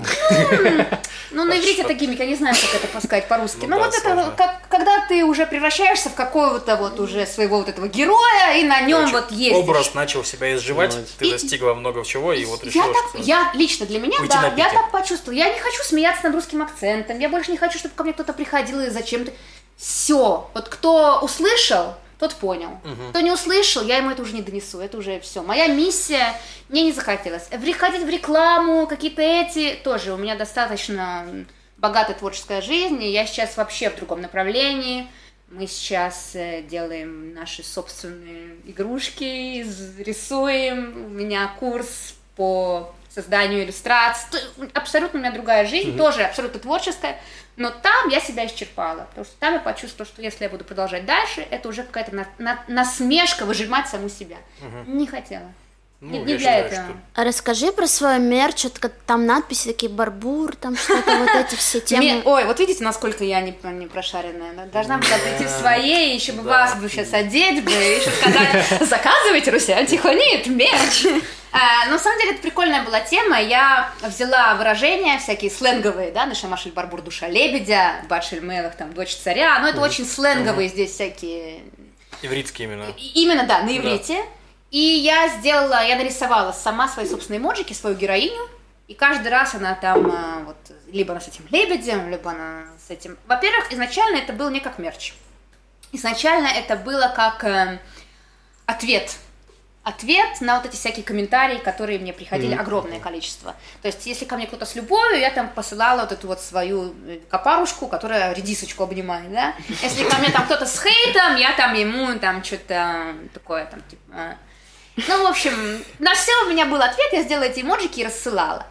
S3: Ну, на иврите это гиммик, я не знаю, как это сказать по-русски.
S2: Ну
S3: Ну,
S2: да,
S3: вот это,
S2: сложно.
S3: как, когда ты уже превращаешься в какого-то вот уже своего вот этого героя, и на нем
S2: Короче,
S3: вот есть...
S2: образ начал себя изживать,
S1: Ну,
S2: ты
S3: и-
S2: достигла много чего, и вот
S3: Я
S2: решила,
S3: так,
S2: что...
S3: я лично для меня,
S2: уйти
S3: да,
S2: на
S3: я
S2: пике.
S3: так почувствовала. Я не хочу смеяться над русским акцентом, я больше не хочу, чтобы ко мне кто-то приходил и зачем-то... Все, вот кто услышал, тот понял. Кто не услышал, я ему это уже не донесу, это уже все. Моя миссия, мне не захотелось. Приходить в рекламу, какие-то эти, тоже у меня достаточно богатая творческая жизнь, и я сейчас вообще в другом направлении. Мы сейчас э, делаем наши собственные игрушки, из- рисуем, у меня курс по созданию иллюстраций. То- Абсолютно у меня другая жизнь, тоже абсолютно творческая, но там я себя исчерпала, потому что там я почувствовала, что если я буду продолжать дальше, это уже какая-то на- на- насмешка выжимать саму себя. Не хотела.
S2: Ну,
S3: не,
S2: я
S3: не для
S2: считаю,
S3: этого.
S2: что-
S4: А расскажи про свой мерч, вот как там надписи такие, барбур, там что-то, вот эти все
S3: Ме-
S4: темы.
S3: Ой, вот видите, насколько я не, не прошаренная. да? Должна была прийти в своей, еще бы вас бы сейчас одеть бы, еще сказать, заказывайте, Руся, Тихонит, мерч. А, но на самом деле это прикольная была тема. Я взяла выражения всякие сленговые, да, наша Машель Барбур, душа лебедя, Башель Мелах, там, дочь царя, но это очень сленговые здесь всякие.
S2: Ивритский именно.
S3: И- Именно, да, на иврите. И я сделала, я нарисовала сама свои собственные эмоджики, свою героиню, и каждый раз она там, а, вот, либо она с этим лебедем, либо она с этим... Во-первых, изначально это было не как мерч. Изначально это было как э, ответ. Ответ на вот эти всякие комментарии, которые мне приходили, огромное количество. То есть, если ко мне кто-то с любовью, я там посылала вот эту вот свою э, копарушку, которая редисочку обнимает, да. Если ко мне там кто-то с хейтом, я там ему там что-то такое там, типа... Ну, в общем, на все у меня был ответ, я сделала эти эмоджики и рассылала.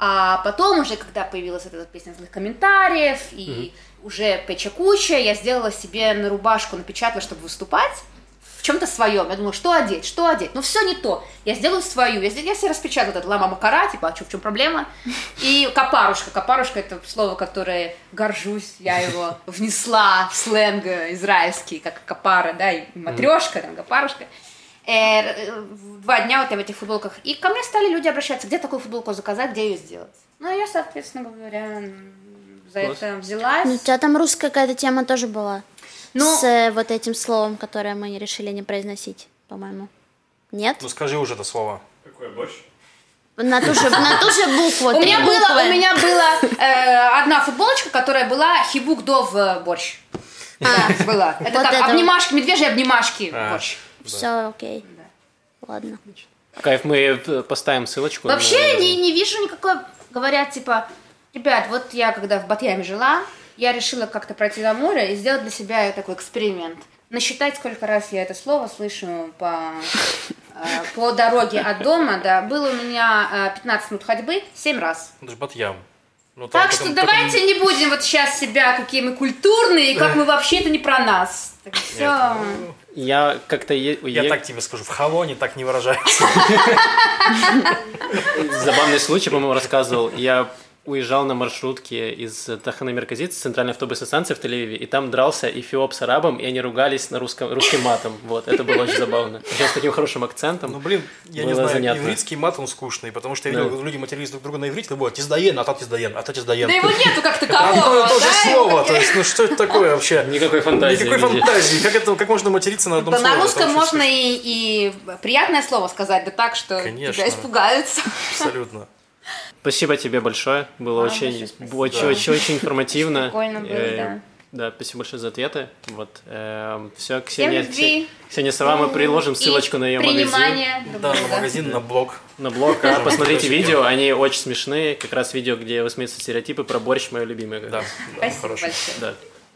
S3: А потом уже, когда появилась эта вот песня злых комментариев, и уже печа куча, я сделала себе на рубашку, напечатала, чтобы выступать в чем-то своем. Я думала, что одеть, что одеть. Ну, все не то. Я сделаю свою. Я, я себе распечатала вот это лама макара, типа, а что, в чем проблема? И копарушка. Копарушка — это слово, которое горжусь. Я его внесла в сленг израильский, как копара, да, и матрешка, там, копарушка. Э, Два дня вот я в этих футболках. И ко мне стали люди обращаться, где такую футболку заказать, где ее сделать. Ну, я, соответственно говоря, за
S1: Класс.
S3: это взялась.
S4: Ну, у тебя там русская какая-то тема тоже была.
S3: Ну-
S4: С э, вот этим словом, которое мы решили не произносить, по-моему. Нет?
S2: Ну скажи уже это слово.
S5: Какой борщ?
S4: На ту же, на ту же букву.
S3: У
S4: три
S3: меня, было,
S4: буквы.
S3: у меня была э, одна футболочка, которая была хибук дов э, борщ. Да, была. Это
S4: Вот
S3: как
S4: это вот.
S3: обнимашки, медвежьи обнимашки
S2: А.
S3: борщ.
S4: Все, окей. Ладно.
S1: Кайф, мы э, поставим ссылочку.
S3: Вообще
S1: на-
S3: не, не вижу никакой... Говорят, типа, ребят, вот я когда в Батьяме жила, я решила как-то пройти на море и сделать для себя такой эксперимент. Насчитать, сколько раз я это слово слышу по, э, по дороге от дома. Да. Было у меня э, пятнадцать минут ходьбы, семь раз.
S2: Это же Батьям. Ну, там
S3: Так
S2: потом-
S3: что
S2: потом-
S3: давайте не будем вот сейчас себя, какие мы культурные, и как мы вообще, это не про нас. Так все.
S2: Нет, ну,
S1: Я как-то... е-
S2: Я
S1: е-
S2: так тебе скажу, в Хавоне так не выражаются.
S1: Забавный случай, по-моему, рассказывал. Я уезжал на маршрутке из Тахана Мерказит, с центральной автобусной станции в Тель-Авиве, и там дрался эфиоп с арабом, и они ругались на русском, русским матом. Вот, это было очень забавно. Причем с таким хорошим акцентом.
S2: Ну, блин, я не
S1: Было
S2: знаю,
S1: занятно.
S2: ивритский мат, он скучный, потому что я
S1: Да.
S2: видел, люди матерились друг друга на иврите, это было тиздаен, а та тиздаен, а та тиздаен.
S3: Да его нету как
S2: Одно
S3: такового.
S2: и то же
S3: да,
S2: слово,
S3: его-
S2: то есть, ну что это такое вообще?
S1: Никакой фантазии.
S2: Никакой
S1: люди.
S2: фантазии. Как это, как можно материться на одном
S3: Да
S2: слове?
S3: на
S2: Это
S3: русском
S2: очень
S3: можно
S2: смешно.
S3: и, и приятное слово сказать, да так, что
S2: Конечно.
S3: тебя испугаются.
S2: Абсолютно.
S1: Спасибо тебе большое. Было
S3: А,
S1: очень,
S3: большое спасибо.
S1: очень, очень, очень информативно.
S3: Прикольно было,
S1: Э,
S3: да.
S1: Да, спасибо большое за ответы. Вот. Все, Ксения,
S3: любви.
S1: Ксе- Ксения Сова, мы приложим ссылочку
S3: И
S1: на ее магазин.
S3: принимание друг
S2: Да,
S3: друга.
S2: на магазин, на блог.
S1: На блог, а, посмотрите
S2: Очень
S1: видео, они очень смешные. Как раз видео, где высмеиваются стереотипы про борщ, мое любимое. как
S2: Да,
S1: раз.
S2: да,
S3: Спасибо
S2: хороший.
S3: большое.
S1: Да.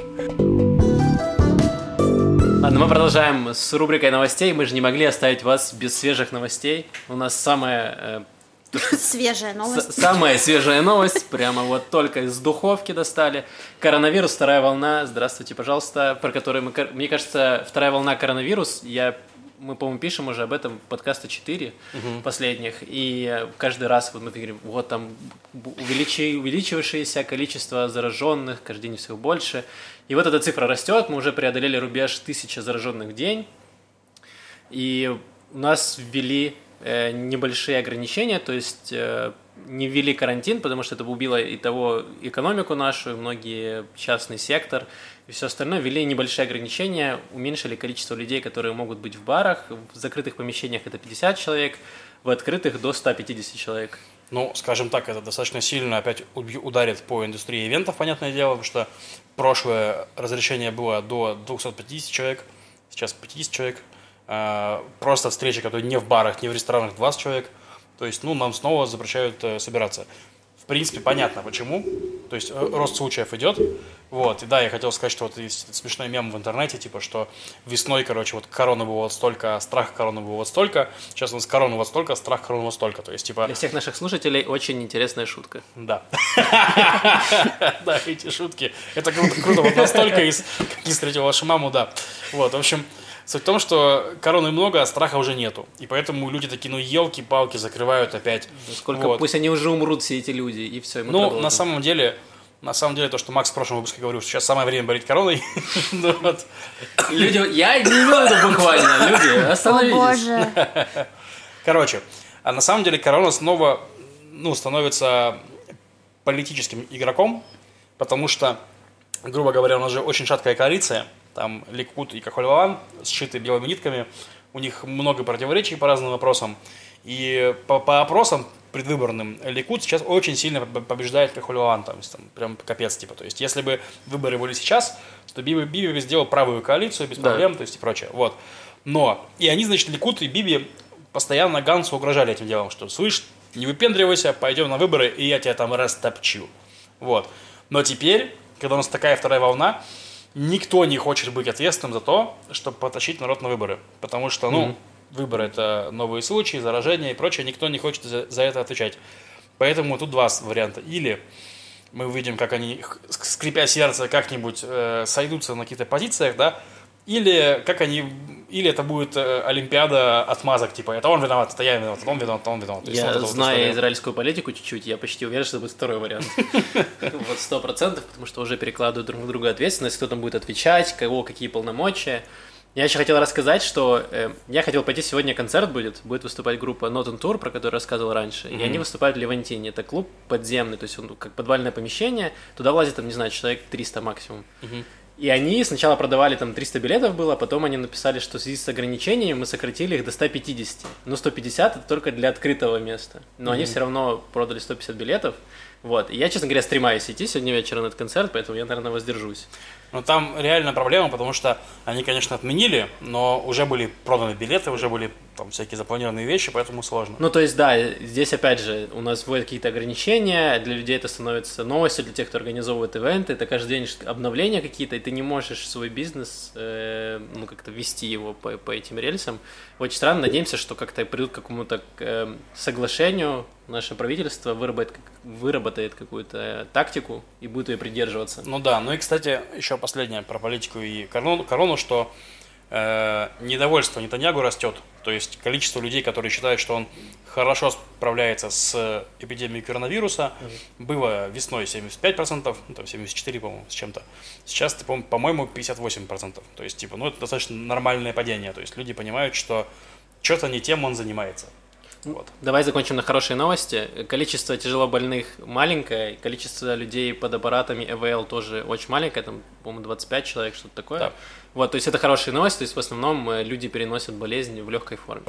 S1: Ладно, мы продолжаем с рубрикой новостей. Мы же не могли оставить вас без свежих новостей. У нас самая, э,
S4: Свежая
S1: с-
S4: новость.
S1: самая свежая новость, прямо вот только из духовки достали. Коронавирус, вторая волна. Здравствуйте, пожалуйста. Про которую мы, кор- мне кажется, вторая волна коронавирус. Я, мы, по-моему, пишем уже об этом подкаста четыре последних. И э, каждый раз вот мы говорим, вот там б- увеличи- увеличивающееся количество зараженных, каждый день все больше. И вот эта цифра растет, мы уже преодолели рубеж тысяча зараженных в день. И у нас ввели э, небольшие ограничения, то есть э, не ввели карантин, потому что это бы убило и того экономику нашу, и многие частный сектор, и все остальное. Ввели небольшие ограничения, уменьшили количество людей, которые могут быть в барах. В закрытых помещениях это пятьдесят человек, в открытых до ста пятидесяти человек.
S2: Ну, скажем так, это достаточно сильно опять ударит по индустрии ивентов, понятное дело, потому что прошлое разрешение было до двухсот пятидесяти человек, сейчас пятьдесят человек. Просто встречи, которые не в барах, не в ресторанах, двадцать человек. То есть, ну, нам снова запрещают собираться. В принципе, понятно почему. То есть рост случаев идет. Вот. И да, я хотел сказать, что вот есть этот смешной мем в интернете, типа, что весной, короче, вот короны было вот столько, а страх короны было вот столько. Сейчас у нас короны вот столько, а страх короны вот столько. То есть, типа...
S1: Для всех наших слушателей очень интересная шутка.
S2: Да. Да, эти шутки. Это круто. Вот настолько из «Как не встретил вашу маму», да. Вот, в общем... Суть в том, что короны много, а страха уже нету. И поэтому люди такие, ну, елки-палки, закрывают опять.
S1: Сколько, вот. Пусть они уже умрут, все эти люди, и все.
S2: Ну, продолжим. на самом деле, на самом деле, то, что Макс в прошлом выпуске говорил, что сейчас самое время болеть короной.
S1: Люди, я не имел это буквально, люди, остановитесь.
S2: Короче, а на самом деле корона снова, ну, становится политическим игроком, потому что, грубо говоря, у нас же очень шаткая коалиция. Там Ликуд и Кахоль-Лаван сшиты белыми нитками, у них много противоречий по разным вопросам. И по, по опросам предвыборным Ликуд сейчас очень сильно побеждает Кахоль-Лаван, там, там прям капец типа. То есть если бы выборы были сейчас, то Биби, Биби сделал правую коалицию без проблем, да. То есть и прочее. Вот. Но и они, значит, Ликуд и Биби постоянно Гансу угрожали этим делом, что слышь, не выпендривайся, пойдем на выборы, и я тебя там растопчу. Вот. Но теперь, когда у нас такая вторая волна, никто не хочет быть ответственным за то, чтобы потащить народ на выборы. Потому что, ну, mm-hmm. выборы – это новые случаи, заражения и прочее. Никто не хочет за, за это отвечать. Поэтому тут два варианта. Или мы увидим, как они, скрипя сердце, как-нибудь э, сойдутся на каких-то позициях, да, или как они, или это будет э, олимпиада отмазок, типа, это он виноват, это я виноват, это он виноват, это он виноват.
S1: Я, зная израильскую политику чуть-чуть, я почти уверен, что это будет второй вариант. Вот сто процентов, потому что уже перекладывают друг на друга ответственность, кто там будет отвечать, кого, какие полномочия. Я еще хотел рассказать, что э, я хотел пойти сегодня, концерт будет, будет выступать группа Not on Tour, про которую рассказывал раньше, mm-hmm. и они выступают в Левантине. Это клуб подземный, то есть он как подвальное помещение, туда влазит, там, не знаю, человек триста максимум. Mm-hmm. И они сначала продавали там триста билетов было, потом они написали, что в связи с ограничениями мы сократили их до ста пятидесяти. Но сто пятьдесят это только для открытого места. Но mm-hmm. они все равно продали сто пятьдесят билетов. Вот. И я, честно говоря, стремаюсь идти сегодня вечером на этот концерт, поэтому я, наверное, воздержусь.
S2: Ну, там реально проблема, потому что они, конечно, отменили, но уже были проданы билеты, уже были там всякие запланированные вещи, поэтому сложно.
S1: Ну, то есть, да, здесь, опять же, у нас вводят какие-то ограничения, для людей это становится новостью, для тех, кто организовывает ивенты, это каждый день обновления какие-то, и ты не можешь свой бизнес, э, ну, как-то вести его по, по этим рельсам. Очень странно, надеемся, что как-то придут к какому-то э, соглашению, наше правительство выработает, выработает какую-то тактику и будет ее придерживаться.
S2: Ну да, ну и, кстати, еще последнее про политику и корону, корону что э, недовольство Нетаньягу растет. То есть количество людей, которые считают, что он хорошо справляется с эпидемией коронавируса, mm-hmm. было весной семьдесят пять процентов, ну, там семьдесят четыре процента, по-моему, с чем-то. Сейчас, по-моему, пятьдесят восемь процентов. То есть, типа, ну, это достаточно нормальное падение. То есть люди понимают, что что-то не тем он занимается. Вот.
S1: Давай закончим на хорошие новости. Количество тяжелобольных маленькое, количество людей под аппаратами эй ви эл тоже очень маленькое, там, по-моему, двадцать пять человек, что-то такое. Да. Вот, то есть это хорошие новости, то есть в основном люди переносят болезни в легкой форме.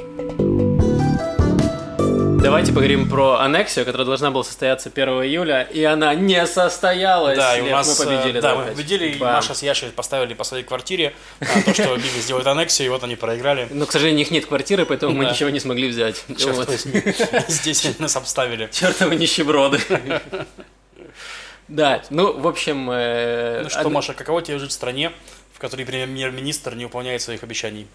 S1: Давайте поговорим про аннексию, которая должна была состояться первого июля, и она не состоялась.
S2: Да, и у
S1: Лев,
S2: нас,
S1: мы победили.
S2: Да, мы победили, и Маша с Яшей поставили по своей квартире а, то, что Биби сделает аннексию, и вот они проиграли.
S1: Но, к сожалению, у них нет квартиры, поэтому мы
S2: да.
S1: ничего не смогли взять.
S2: Черт вот. Здесь они нас обставили.
S1: Чертовы нищеброды. Да, ну, в общем... Э,
S2: ну что, од... Маша, каково тебе жить в стране, в которой премьер-министр не выполняет своих обещаний?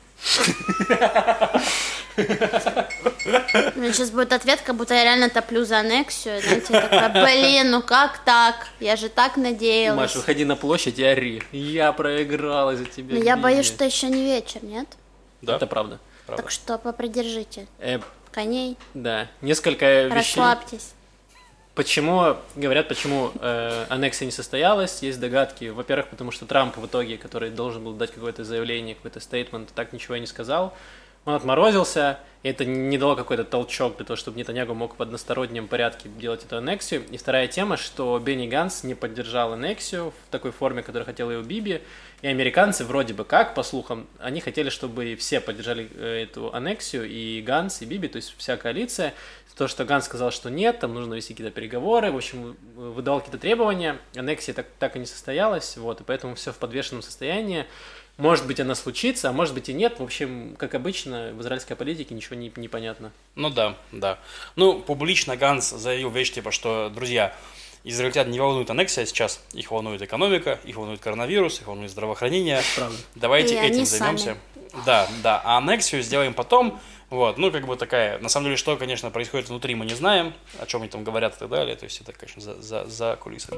S4: У меня сейчас будет ответ, как будто я реально топлю за аннексию. Знаете, я такая, блин, ну как так? Я же так надеялась.
S1: Маш, выходи на площадь и ори. Я проиграла за тебя.
S4: Но я боюсь, что еще не вечер, нет?
S1: Да. Это правда.
S4: правда. Так что попридержите э, коней.
S1: Да, несколько вещей.
S4: Расслабьтесь.
S1: Почему, говорят, почему э, аннексия не состоялась, есть догадки. Во-первых, потому что Трамп в итоге, который должен был дать какое-то заявление, какой-то стейтмент, так ничего и не сказал. Он отморозился, И это не дало какой-то толчок для того, чтобы Нетаньяху мог в одностороннем порядке делать эту аннексию. И вторая тема, что Бенни Ганс не поддержал аннексию в такой форме, которую хотел ее Биби. И американцы вроде бы как, по слухам, они хотели, чтобы все поддержали эту аннексию, и Ганс, и Биби, то есть вся коалиция. То, что Ганс сказал, что нет, там нужно вести какие-то переговоры, в общем, выдал какие-то требования, аннексия так, так и не состоялась, вот, и поэтому все в подвешенном состоянии. Может быть, она случится, а может быть и нет. В общем, как обычно, в израильской политике ничего не, не понятно.
S2: Ну да, да. Ну, публично Ганс заявил вещь, типа, что, друзья, израильтян не волнует аннексия сейчас, их волнует экономика, их волнует коронавирус, их волнует здравоохранение.
S1: Правда.
S2: Давайте
S4: И
S2: этим займемся. Сами. Да, да, а аннексию сделаем потом. Вот, ну, как бы такая, на самом деле, что, конечно, происходит внутри, мы не знаем, о чем они там говорят и так далее, то есть это, конечно, за, за, за кулисами.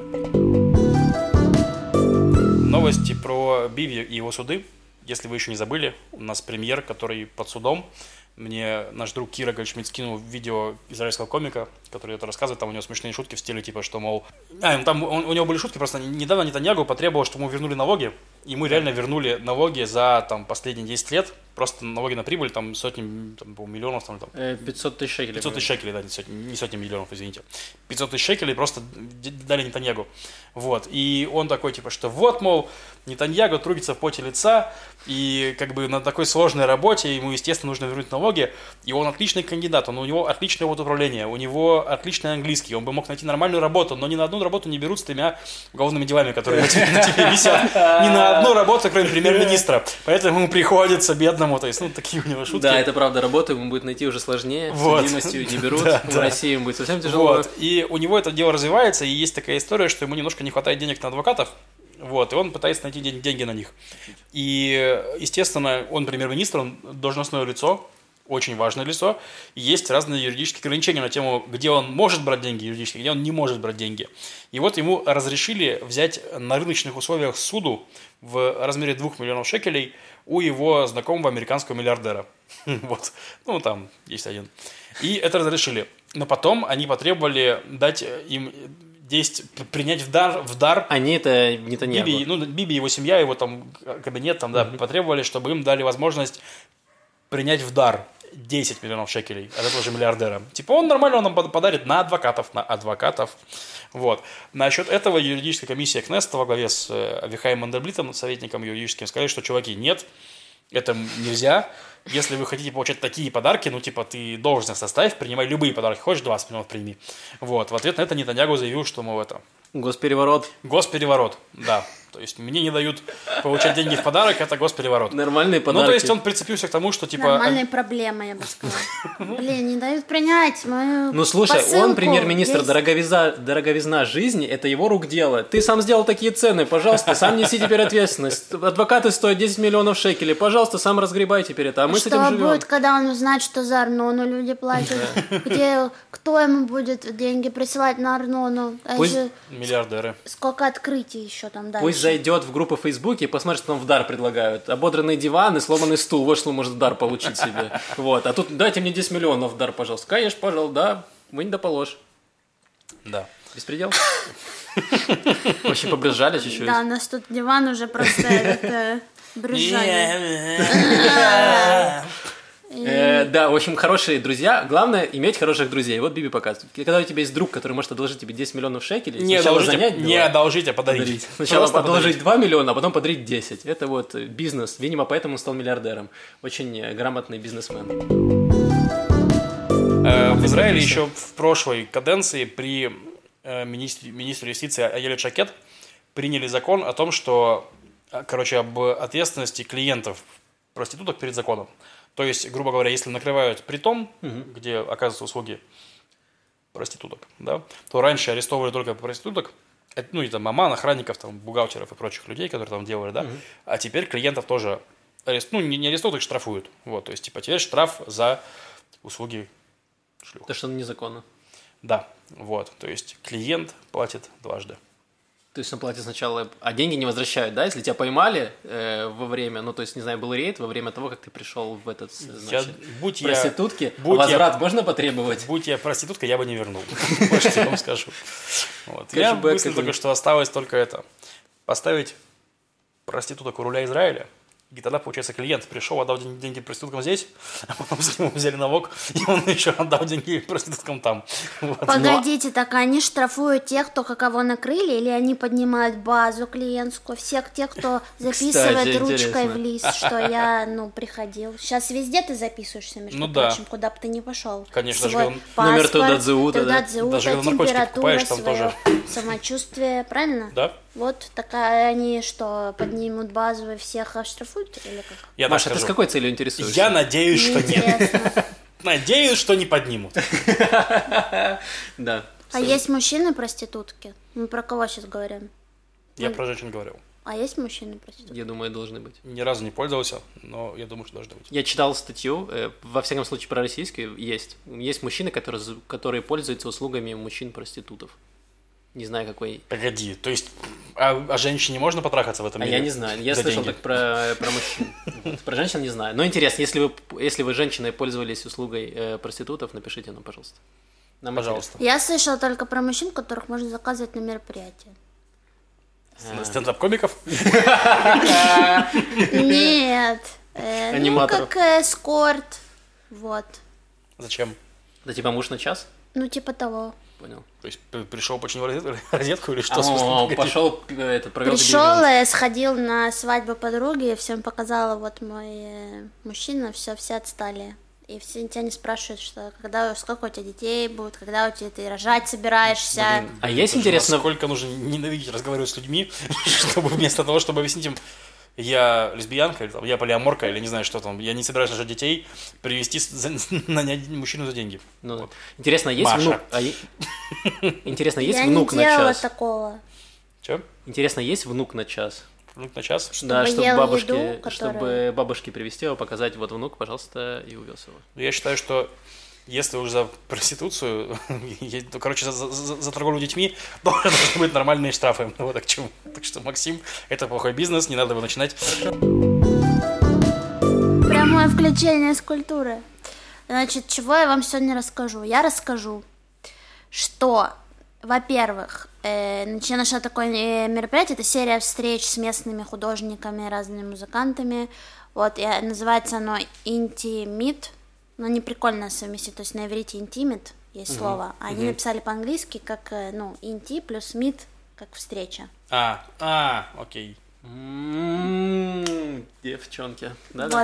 S2: Новости про Биби и его суды. Если вы еще не забыли, у нас премьер, который под судом. Мне наш друг Кира Гольдшмидт скинул видео израильского комика, который это рассказывает, там у него смешные шутки в стиле, типа, что, мол... А, там он, у него были шутки, просто недавно Нетаньяху потребовал, чтобы ему вернули налоги, и мы реально вернули налоги за, там, последние десять лет, просто налоги на прибыль, там, сотни, там, миллионов, там, там...
S1: пятьсот тысяч шекелей.
S2: пятьсот тысяч шекелей, да, не сотни, не сотни миллионов, извините. пятьсот тысяч шекелей просто дали Нетаньяху. Вот, и он такой, типа, что вот, мол, Нетаньяху трудится в поте лица, и, как бы, на такой сложной работе ему, естественно, нужно вернуть налоги, и он отличный кандидат, он, у него отличный опыт управления, у него отличный английский, он бы мог найти нормальную работу, но ни на одну работу не берут с тремя уголовными делами, которые на тебе висят. Ни на одну работу, кроме премьер-министра. Поэтому ему приходится бедному, то есть, ну, такие у него шутки.
S1: Да, это правда, работу ему будет найти уже сложнее, вот. Судимостью не берут, да, в да. России ему будет совсем тяжело.
S2: Вот. И у него это дело развивается, и есть такая история, что ему немножко не хватает денег на адвокатов, вот, и он пытается найти деньги на них. И, естественно, он премьер-министр, он должностное лицо, очень важное лицо, и есть разные юридические ограничения на тему, где он может брать деньги юридически, где он не может брать деньги. И вот ему разрешили взять на рыночных условиях суду в размере двух миллионов шекелей у его знакомого американского миллиардера. Вот, ну там есть один. И это разрешили. Но потом они потребовали дать им десять, принять в дар, в дар.
S1: Они это Нетаньяху.
S2: Биби, ну, Биби, его семья, его там кабинет, там, да, mm-hmm. потребовали, чтобы им дали возможность принять в дар десять миллионов шекелей от этого же миллиардера. Типа он нормально он нам подарит на адвокатов, на адвокатов. Вот. Насчет этого юридическая комиссия Кнессета во главе с Авихаем Мандельблитом, советником юридическим, сказали, что, чуваки, нет, это нельзя. Если вы хотите получать такие подарки, ну, типа, ты должность составь, принимай любые подарки. Хочешь двадцать миллионов, прими. Вот. В ответ на это Нетаньяху заявил, что, мол, это...
S1: Госпереворот.
S2: Госпереворот, да. То есть мне не дают получать деньги в подарок, это госпереворот.
S1: Нормальные подарки.
S2: Ну, то есть он прицепился к тому, что типа...
S4: Нормальные проблемы, я бы сказала. Блин, не дают принять мою
S1: Ну, слушай,
S4: посылку.
S1: он премьер-министр,
S4: Есть...
S1: дороговизна, дороговизна жизни, это его рук дело. Ты сам сделал такие цены, пожалуйста, сам неси теперь ответственность. Адвокаты стоят десять миллионов шекелей, пожалуйста, сам разгребай теперь это, а мы
S4: что
S1: с этим живем.
S4: будет, когда он узнает, что за Арнону люди платят? Где, кто ему будет деньги присылать на Арнону?
S1: Пусть...
S2: Миллиардеры.
S4: Сколько открытий еще там дальше?
S1: Пусть зайдет в группу в Фейсбуке и посмотрит, что там в дар предлагают. Ободранный диван и сломанный стул. Вот что он может в дар получить себе. Вот. А тут дайте мне десять миллионов в дар, пожалуйста. Конечно, пожалуйста, да. Вы не доположь.
S2: Да.
S1: Беспредел? Вообще побрызжали чуть-чуть.
S4: Да, у нас тут диван уже просто это брызжание.
S1: Э, да, в общем, хорошие друзья. Главное иметь хороших друзей. Вот Биби показывает. Когда у тебя есть друг, который может одолжить тебе десять миллионов шекелей,
S2: не
S1: сначала
S2: одолжить,
S1: занять,
S2: не
S1: два,
S2: одолжить, а подарить.
S1: подарить. Сначала
S2: Просто
S1: одолжить
S2: подарить.
S1: два миллиона, а потом подарить десять. Это вот бизнес. Видимо, поэтому он стал миллиардером. Очень грамотный бизнесмен.
S2: Э, в Израиле еще в прошлой каденции при э, министре, министре юстиции Аелет Шакед приняли закон о том, что, короче, об ответственности клиентов проституток перед законом. То есть, грубо говоря, если накрывают притон, угу. где оказываются услуги проституток, да, то раньше арестовывали только проституток, ну и там маман, охранников, там, бухгалтеров и прочих людей, которые там делали, да, угу. а теперь клиентов тоже арест... ну, не, не арестуют, их штрафуют. Вот, то есть, типа, теперь штраф за услуги шлюх.
S1: Это что незаконно.
S2: Да, вот, то есть клиент платит дважды.
S1: То есть он платит сначала, а деньги не возвращают, да? Если тебя поймали э, во время, ну, то есть, не знаю, был рейд, во время того, как ты пришел в этот, значит, я, будь проститутки, я, возврат я, можно потребовать?
S2: Будь я проституткой, я бы не вернул. Больше я вам скажу. Я мыслю только, что осталось только это. Поставить проституток у руля Израиля И тогда, получается, клиент пришел, отдал деньги проституткам здесь, а потом с него взяли налог, и он еще отдал деньги проституткам там. Вот.
S4: Погодите, так они штрафуют тех, кто кого накрыли, или они поднимают базу клиентскую, всех тех, кто записывает
S1: Кстати,
S4: ручкой
S1: интересно.
S4: в лист, что я, ну, приходил. Сейчас везде ты записываешься, между
S2: Ну да.
S4: прочим, куда бы ты ни пошел.
S2: Конечно,
S4: Свой
S2: даже
S4: паспорт,
S1: Номер Тудадзиута, да?
S4: Тудадзиута,
S2: Даже когда наркотики
S4: температура,
S2: покупаешь, там
S4: свое
S2: тоже.
S4: самочувствие, правильно?
S2: Да.
S4: Вот такая, они что, поднимут базу и всех оштрафуют, или как?
S2: Я так
S1: Маша, ты
S2: скажу.
S1: с какой целью интересуешься?
S2: Я надеюсь, что нет.
S4: Интересно.
S2: Надеюсь, что не поднимут.
S1: Да.
S4: А есть мужчины-проститутки? Мы про кого сейчас говорим?
S2: Я про женщин говорил.
S4: А есть мужчины-проститутки?
S1: Я думаю, должны быть.
S2: Ни разу не пользовался, но я думаю, что должны быть.
S1: Я читал статью, э, во всяком случае про российскую, есть. Есть мужчины, которые, з- которые пользуются услугами мужчин-проститутов. Не знаю, какой...
S2: Погоди, то есть а, а женщине можно потрахаться в этом
S1: А
S2: мире?
S1: я не знаю, я
S2: За
S1: слышал
S2: деньги?
S1: так про, про мужчин. Вот. Про женщин не знаю. Но интересно, если вы, если вы женщиной пользовались услугой э, проститутов, напишите нам, пожалуйста. Нам
S2: Пожалуйста.
S4: Я слышала только про мужчин, которых можно заказывать на мероприятия.
S2: С- Стендап-комиков?
S4: Нет. э, Ну,
S1: Аниматоров.
S4: как эскорт. Вот.
S2: Зачем?
S1: Да типа муж на час?
S4: Ну, типа того.
S1: Понял.
S2: То есть п- пришел, починил розет- розетку или что?
S1: А,
S2: в смысле?
S1: он
S2: Погоди.
S1: пошел, э, этот, провел
S4: Пришел,
S1: тебе
S4: э, сходил на свадьбу подруги, всем показала, вот мой э, мужчина, все, все отстали. И все тебя не спрашивают, что когда, сколько у тебя детей будет, когда у тебя ты рожать собираешься.
S1: Блин. А есть
S2: Слушай,
S1: интересно...
S2: насколько нужно ненавидеть разговаривать с людьми, чтобы вместо того, чтобы объяснить им, я лесбиянка, или там, я полиаморка, или не знаю, что там, я не собираюсь рожать детей, привести, нанять мужчину за деньги.
S1: Ну,
S2: Вот.
S1: интересно, есть
S2: Маша.
S1: внук? А е- Интересно, есть
S4: Я
S1: внук
S4: не
S1: на
S4: делала
S1: час?
S4: такого.
S2: Че?
S1: Интересно, есть внук на час?
S2: Внук на час?
S1: Да, чтобы
S4: ел
S1: бабушке,
S4: еду, которая-
S1: чтобы бабушке привезти его, показать, вот внук, пожалуйста, и увез его.
S2: Я считаю, что если уж за проституцию, я- то, короче, за, за- за- за торговлю детьми должны быть нормальные штрафы. Вот так к чему. Так что, Максим, это плохой бизнес, не надо его начинать.
S4: Прямое включение с культуры. Значит, чего я вам сегодня расскажу? Я расскажу, что, во-первых, э, начала нашла такое э, мероприятие, это серия встреч с местными художниками, разными музыкантами. Вот, и называется оно «Интимит», но не прикольно совместить, то есть на иврите «интимит» есть слово, а они написали по-английски как, э, ну, «инти» плюс «мит», как встреча.
S2: А, а, окей.
S1: М-м-м, девчонки. Да,
S4: Вот.
S1: да.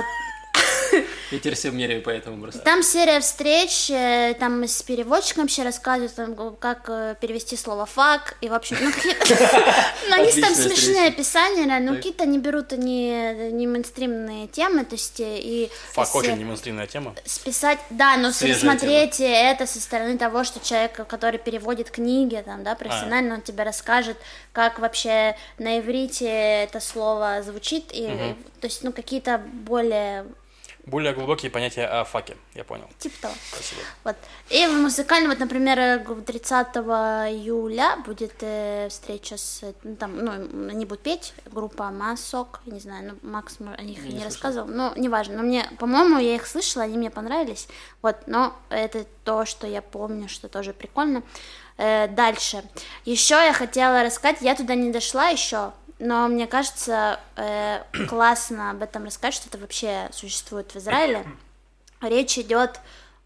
S1: Я теперь все меряю по этому просто.
S4: Там серия встреч, э, там с переводчиком вообще рассказывают, там, как э, перевести слово «фак», и, в общем, ну, какие- ну, они там
S1: Отличная
S4: смешные
S1: встреча.
S4: описания, да, ну,
S1: Так.
S4: какие-то не берут они не мейнстримные темы, то есть, э, и...
S2: Фак,
S4: если
S2: очень демонстративная тема.
S4: списать, да, но
S1: Свежая
S4: рассмотреть это со стороны того, что человек, который переводит книги, там, да, профессионально, он тебе расскажет, как вообще на иврите это слово звучит, и, то есть, ну, какие-то более...
S2: Более глубокие понятия о факе, я понял.
S4: Типа того.
S2: Спасибо.
S4: Вот. И в музыкальном, вот, например, э, тридцатого июля будет э, встреча с, э, ну, там, ну, они будут петь, группа Масок, я не знаю, ну, Макс мо- о них
S1: не
S4: не,
S1: слышала.
S4: рассказывал, но неважно, но мне, по-моему, я их слышала, они мне понравились, вот, но это то, что я помню, что тоже прикольно. Э, дальше. Еще я хотела рассказать, я туда не дошла еще, но мне кажется, э, классно об этом рассказать, что это вообще существует в Израиле. Речь идет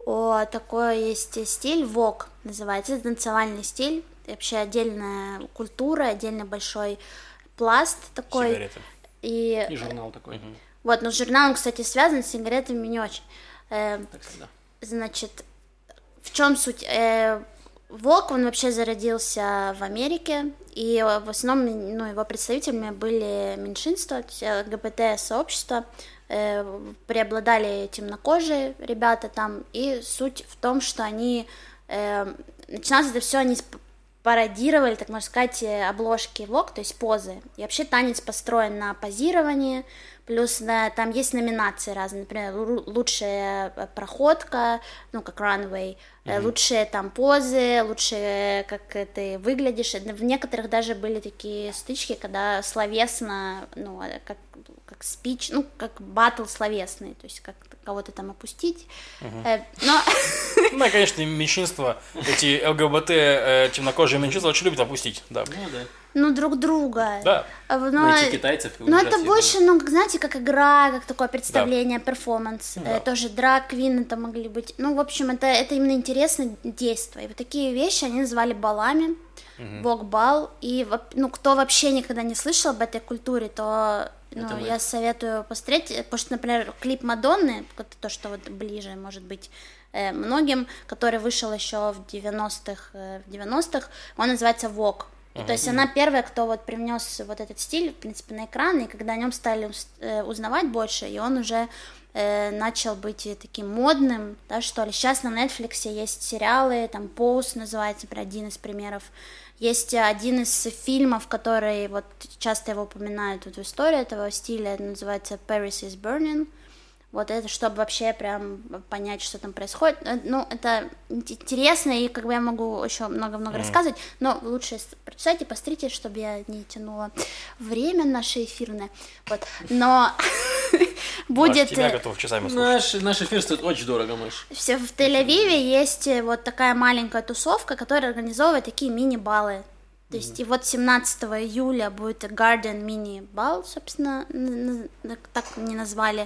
S4: о такой есть стиль, вог называется, это танцевальный стиль, вообще отдельная культура, отдельно большой пласт такой.
S2: Сигареты.
S4: И,
S1: И журнал такой.
S4: вот, но с журналом, кстати, связан, с сигаретами не очень. Э,
S1: Так всегда.
S4: Значит, в чем суть? Э, Вог, он вообще зародился в Америке, и в основном, ну, его представителями были меньшинства, то есть ЛГБТ-сообщество, э, преобладали темнокожие ребята там, и суть в том, что они, э, начиналось это все, они сп- пародировали, так можно сказать, э, обложки Vogue, то есть позы, и вообще танец построен на позировании, плюс да, там есть номинации разные, например, лу- лучшая э, проходка, ну, как runway, э, лучшие там позы, лучшие, как ты выглядишь. В некоторых даже были такие стычки, когда словесно, ну, э, как, как спич, ну, как батл словесный, то есть как кого-то там опустить. Э, но
S2: Ну, и, конечно, меньшинства, эти ЛГБТ э, темнокожие меньшинства очень любят опустить, да.
S1: Ну, да.
S4: Ну, друг друга.
S2: Да.
S4: А, Но,
S1: Найти китайцев и
S4: но
S1: ужас
S4: это
S1: их.
S4: больше, ну, как, знаете, как игра, как такое представление, перформанс.
S2: Да.
S4: Э, тоже драг-квин это могли быть. Ну, в общем, это, это именно интересное действие. И вот такие вещи они называли балами, бог-бал. И, воп- ну, кто вообще никогда не слышал об этой культуре, то ну,
S1: Это мы.
S4: я советую посмотреть. Потому что, например, клип Мадонны, это то, что вот ближе, может быть, э, многим, который вышел еще в девяностых, э, в девяностых, он называется «Вог». Uh-huh. То есть она первая, кто вот привнес вот этот стиль, в принципе, на экран, и когда о нем стали э, узнавать больше, и он уже э, начал быть таким модным, да, что ли. Сейчас на Netflix есть сериалы, там «Pose» называется, например, один из примеров. Есть один из фильмов, который вот часто его упоминают вот в истории этого стиля, это называется «Paris is Burning». Вот это, чтобы вообще прям понять, что там происходит. Ну, это интересно, и как бы я могу еще много-много mm. рассказывать, но лучше прочитайте, посмотрите, чтобы я не тянула время наше эфирное. Вот. Но будет...
S2: Тебя готов часами слушать.
S1: Наш, наш эфир стоит очень дорого, Мыш.
S4: Все в Тель-Авиве есть вот такая маленькая тусовка, которая организовывает такие мини-балы. То есть, и вот семнадцатого июля будет Garden мини-бал, собственно, так не назвали,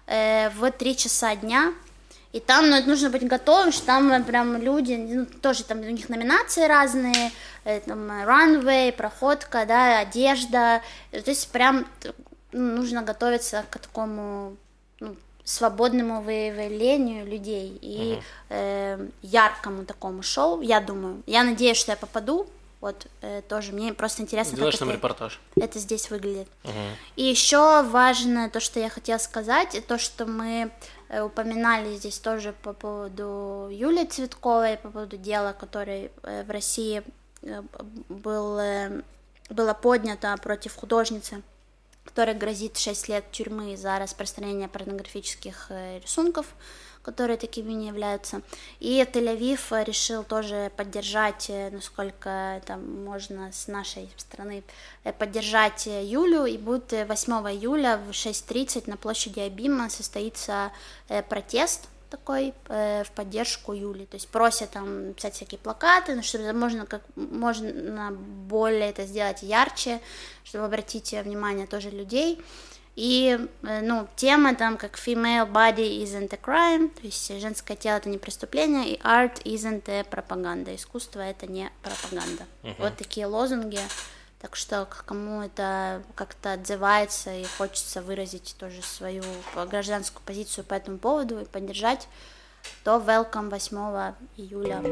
S4: в три часа дня, и там, ну, это нужно быть готовым, что там прям люди, ну, тоже там у них номинации разные, там, runway, проходка, да, одежда, то есть прям ну, нужно готовиться к такому, ну, свободному выявлению людей и uh-huh. э, яркому такому шоу, я думаю, я надеюсь, что я попаду. Вот, э, тоже мне просто интересно,
S1: Делаешь
S4: как
S1: нам
S4: это,
S1: репортаж.
S4: это здесь выглядит.
S1: Uh-huh.
S4: И еще важно то, что я хотела сказать, то, что мы э, упоминали здесь тоже по поводу Юлии Цветковой, по поводу дела, которое э, в России э, был, э, было поднято против художницы, которой грозит шесть лет тюрьмы за распространение порнографических э, рисунков, которые такими не являются. И Тель-Авив решил тоже поддержать, насколько это можно с нашей стороны, поддержать Юлю, и будет восьмого июля в шесть тридцать на площади Абима состоится протест такой в поддержку Юли. То есть просят там писать всякие плакаты, ну, чтобы можно как можно более это сделать ярче, чтобы обратить внимание тоже людей. И, ну, тема там как female body isn't a crime, то есть женское тело это не преступление, и art isn't a пропаганда, искусство это не пропаганда. Uh-huh. Вот такие лозунги, так что кому это как-то отзывается и хочется выразить тоже свою гражданскую позицию по этому поводу и поддержать, то welcome восьмого июля.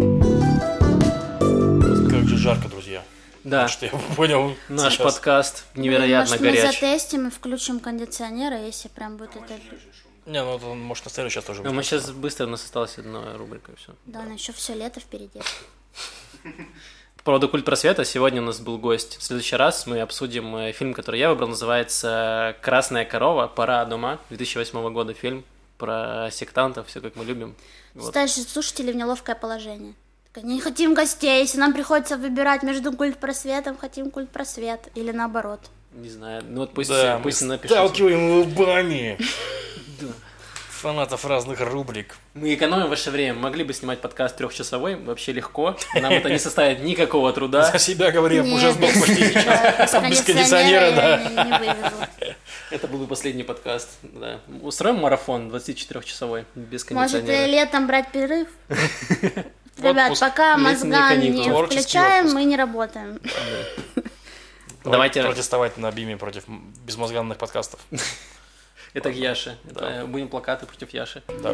S2: Как же жарко, друзья.
S1: Да,
S2: что я понял.
S1: Наш
S2: сейчас.
S1: подкаст невероятно
S4: может,
S1: горяч.
S4: Мы затестим и включим кондиционер, если прям будет это...
S2: Не, ну это может на сцене сейчас тоже
S1: Но
S2: будет.
S1: мы сейчас быстро, у нас осталась одна рубрика и все.
S4: Да, но еще все лето впереди.
S1: По поводу культ просвета, сегодня у нас был гость. В следующий раз мы обсудим фильм, который я выбрал, называется «Красная корова. Пора дома», две тысячи восьмого года фильм про сектантов, все как мы любим. Вот.
S4: Ставишь слушателей в неловкое положение. Не хотим гостей, если нам приходится выбирать между культ просветом, хотим культ просвет, или наоборот.
S1: Не знаю, ну вот пусть,
S2: Да,
S1: пусть
S2: мы
S1: напишите.
S2: сталкиваем лбами фанатов разных рубрик.
S1: Мы экономим ваше время, могли бы снимать подкаст трехчасовой, вообще легко, нам это не составит никакого труда.
S2: За себя говорим,
S4: Нет,
S2: уже сдох почти сейчас.
S4: Без
S2: Без кондиционера, да.
S4: я не, не вывезу.
S1: Это был бы последний подкаст, да. Устроим марафон двадцатичетырёхчасовой без кондиционера.
S4: Может, и летом брать перерыв? Ребят,
S2: Отпуск.
S4: пока
S1: Летние
S4: мозга не
S1: каникулы.
S2: Творческий
S4: включаем,
S2: отпуск.
S4: мы не работаем.
S1: Давайте-
S2: протестовать на Биме против безмозганных подкастов.
S1: Это к Яше.
S2: Да.
S1: Это будем плакаты против Яши.
S2: Да.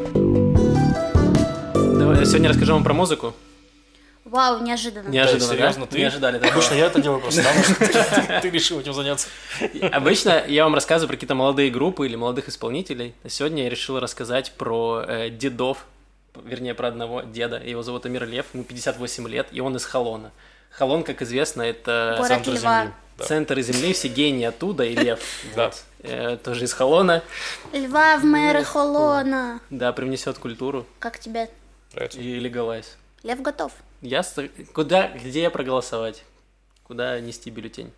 S1: Давай, сегодня расскажу вам про музыку.
S4: Вау, неожиданно.
S1: Неожиданно,
S2: Да, серьезно,
S1: да?
S2: ты?
S1: Не ожидали такого.
S2: Обычно я это делаю просто, потому что ты- ты решил этим заняться.
S1: Обычно я вам рассказываю про какие-то молодые группы или молодых исполнителей. А сегодня я решил рассказать про э, дедов, вернее, про одного деда. Его зовут Амир Лев, ему пятьдесят восемь лет, и он из Холона. Холон, как известно, это
S4: Город
S2: Центр
S4: Льва.
S2: Земли. Да.
S1: центр Земли, все гении оттуда, и Лев.
S2: Да.
S1: Вот. Э, тоже из Холона.
S4: Льва в мэры Холона.
S1: Да, привнесет культуру
S4: Как тебе?
S2: Нравится.
S1: и легалайз.
S4: Лев готов.
S1: Я ст- куда, где проголосовать? Куда нести бюллетень?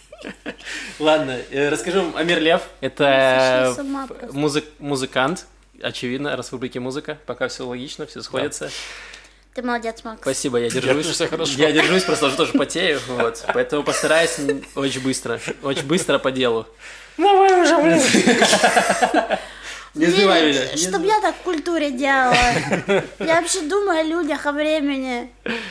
S1: Ладно, э, расскажу вам. Амир Лев — это
S4: Сошел с ума просто.
S1: музык- музыкант, очевидно, раз в рубрике музыка, пока все логично, все сходится.
S4: Ты молодец, Макс.
S1: Спасибо, я держусь.
S2: Держишься хорошо.
S1: Я держусь, просто уже тоже потею, вот. Поэтому постараюсь очень быстро, очень быстро по делу.
S2: Давай уже, блин.
S1: Не сбивай меня.
S4: Чтоб я так в культуре делала. Я вообще думаю о людях, о времени.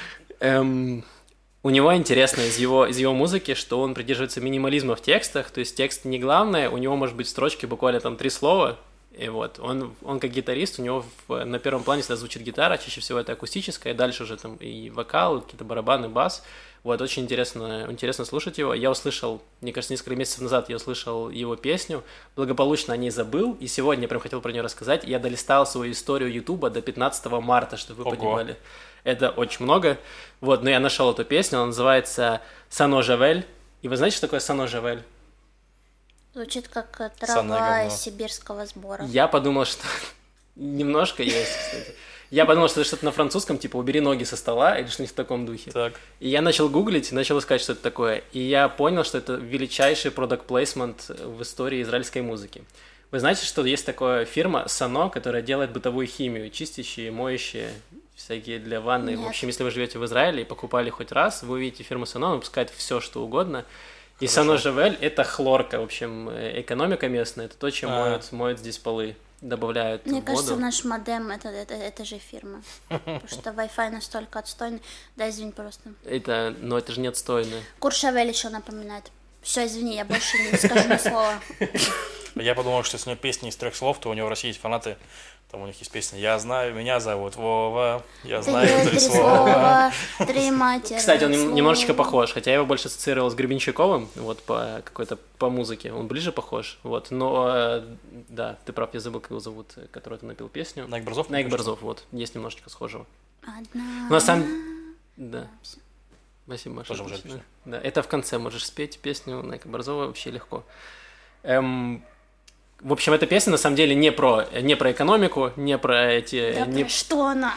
S1: Эм, у него интересно из его, из его музыки, что он придерживается минимализма в текстах, то есть текст не главное, у него может быть строчки буквально там три слова, и вот, он, он как гитарист, у него в, на первом плане всегда звучит гитара, чаще всего это акустическая, дальше уже там и вокал, и какие-то барабаны, бас, вот, очень интересно, интересно слушать его. Я услышал, мне кажется, несколько месяцев назад я услышал его песню, благополучно о ней забыл, и сегодня я прям хотел про нее рассказать. Я долистал свою историю Ютуба до пятнадцатого марта, чтобы вы
S2: Ого.
S1: понимали. Это очень много. Вот, но я нашел эту песню, она называется «Сано Жавель». И вы знаете, что такое «Сано Жавель»?
S4: Звучит как э,
S2: Санное
S4: трава
S2: говно.
S4: из сибирского сбора.
S1: Я подумал, что... Немножко есть, кстати. Я подумал, что это что-то на французском, типа «убери ноги со стола» или что-нибудь в таком духе.
S2: Так.
S1: И я начал гуглить, начал искать, что это такое. И я понял, что это величайший продакт плейсмент в истории израильской музыки. Вы знаете, что есть такая фирма Сано, которая делает бытовую химию, чистящие, моющие, всякие для ванны.
S4: Нет.
S1: В общем, если вы живете в Израиле и покупали хоть раз, вы увидите фирму Сано, она выпускает все, что угодно. И Сано Жавель – это хлорка, в общем, экономика местная, это то, чем
S2: А.
S1: моют, моют здесь полы, добавляют
S4: Мне
S1: в
S4: кажется,
S1: воду.
S4: наш модем это, это, это же фирма. Потому что Wi-Fi настолько отстойный. Да, извини просто.
S1: Это, но это же не отстойно.
S4: Куршавель еще напоминает. Все, извини, я больше не скажу ни слова.
S2: Я подумал, что если у него песни из трех слов, то у него в России есть фанаты. Там у них есть песня «Я знаю, меня зовут Вова, я знаю
S4: Три
S2: три
S4: три
S2: слова».
S4: слова, три матери.
S1: Кстати, он нем-
S4: слова.
S1: немножечко похож, хотя я его больше ассоциировал с Гребенщиковым, вот по какой-то по музыке, он ближе похож, вот, но э, да, ты прав, я забыл, как его зовут, который ты напел песню.
S2: Найк Борзов?
S1: Найк Борзов, вот, есть немножечко схожего.
S4: Одна.
S1: Ну, на самом да. Спасибо, Маша.
S2: Тоже уже
S1: отлично.
S2: песня.
S1: Да, это в конце можешь спеть песню Найка Борзова, вообще легко. Эм, в общем, эта песня на самом деле не про, не про экономику, не про эти...
S4: Да
S1: не...
S4: про что она?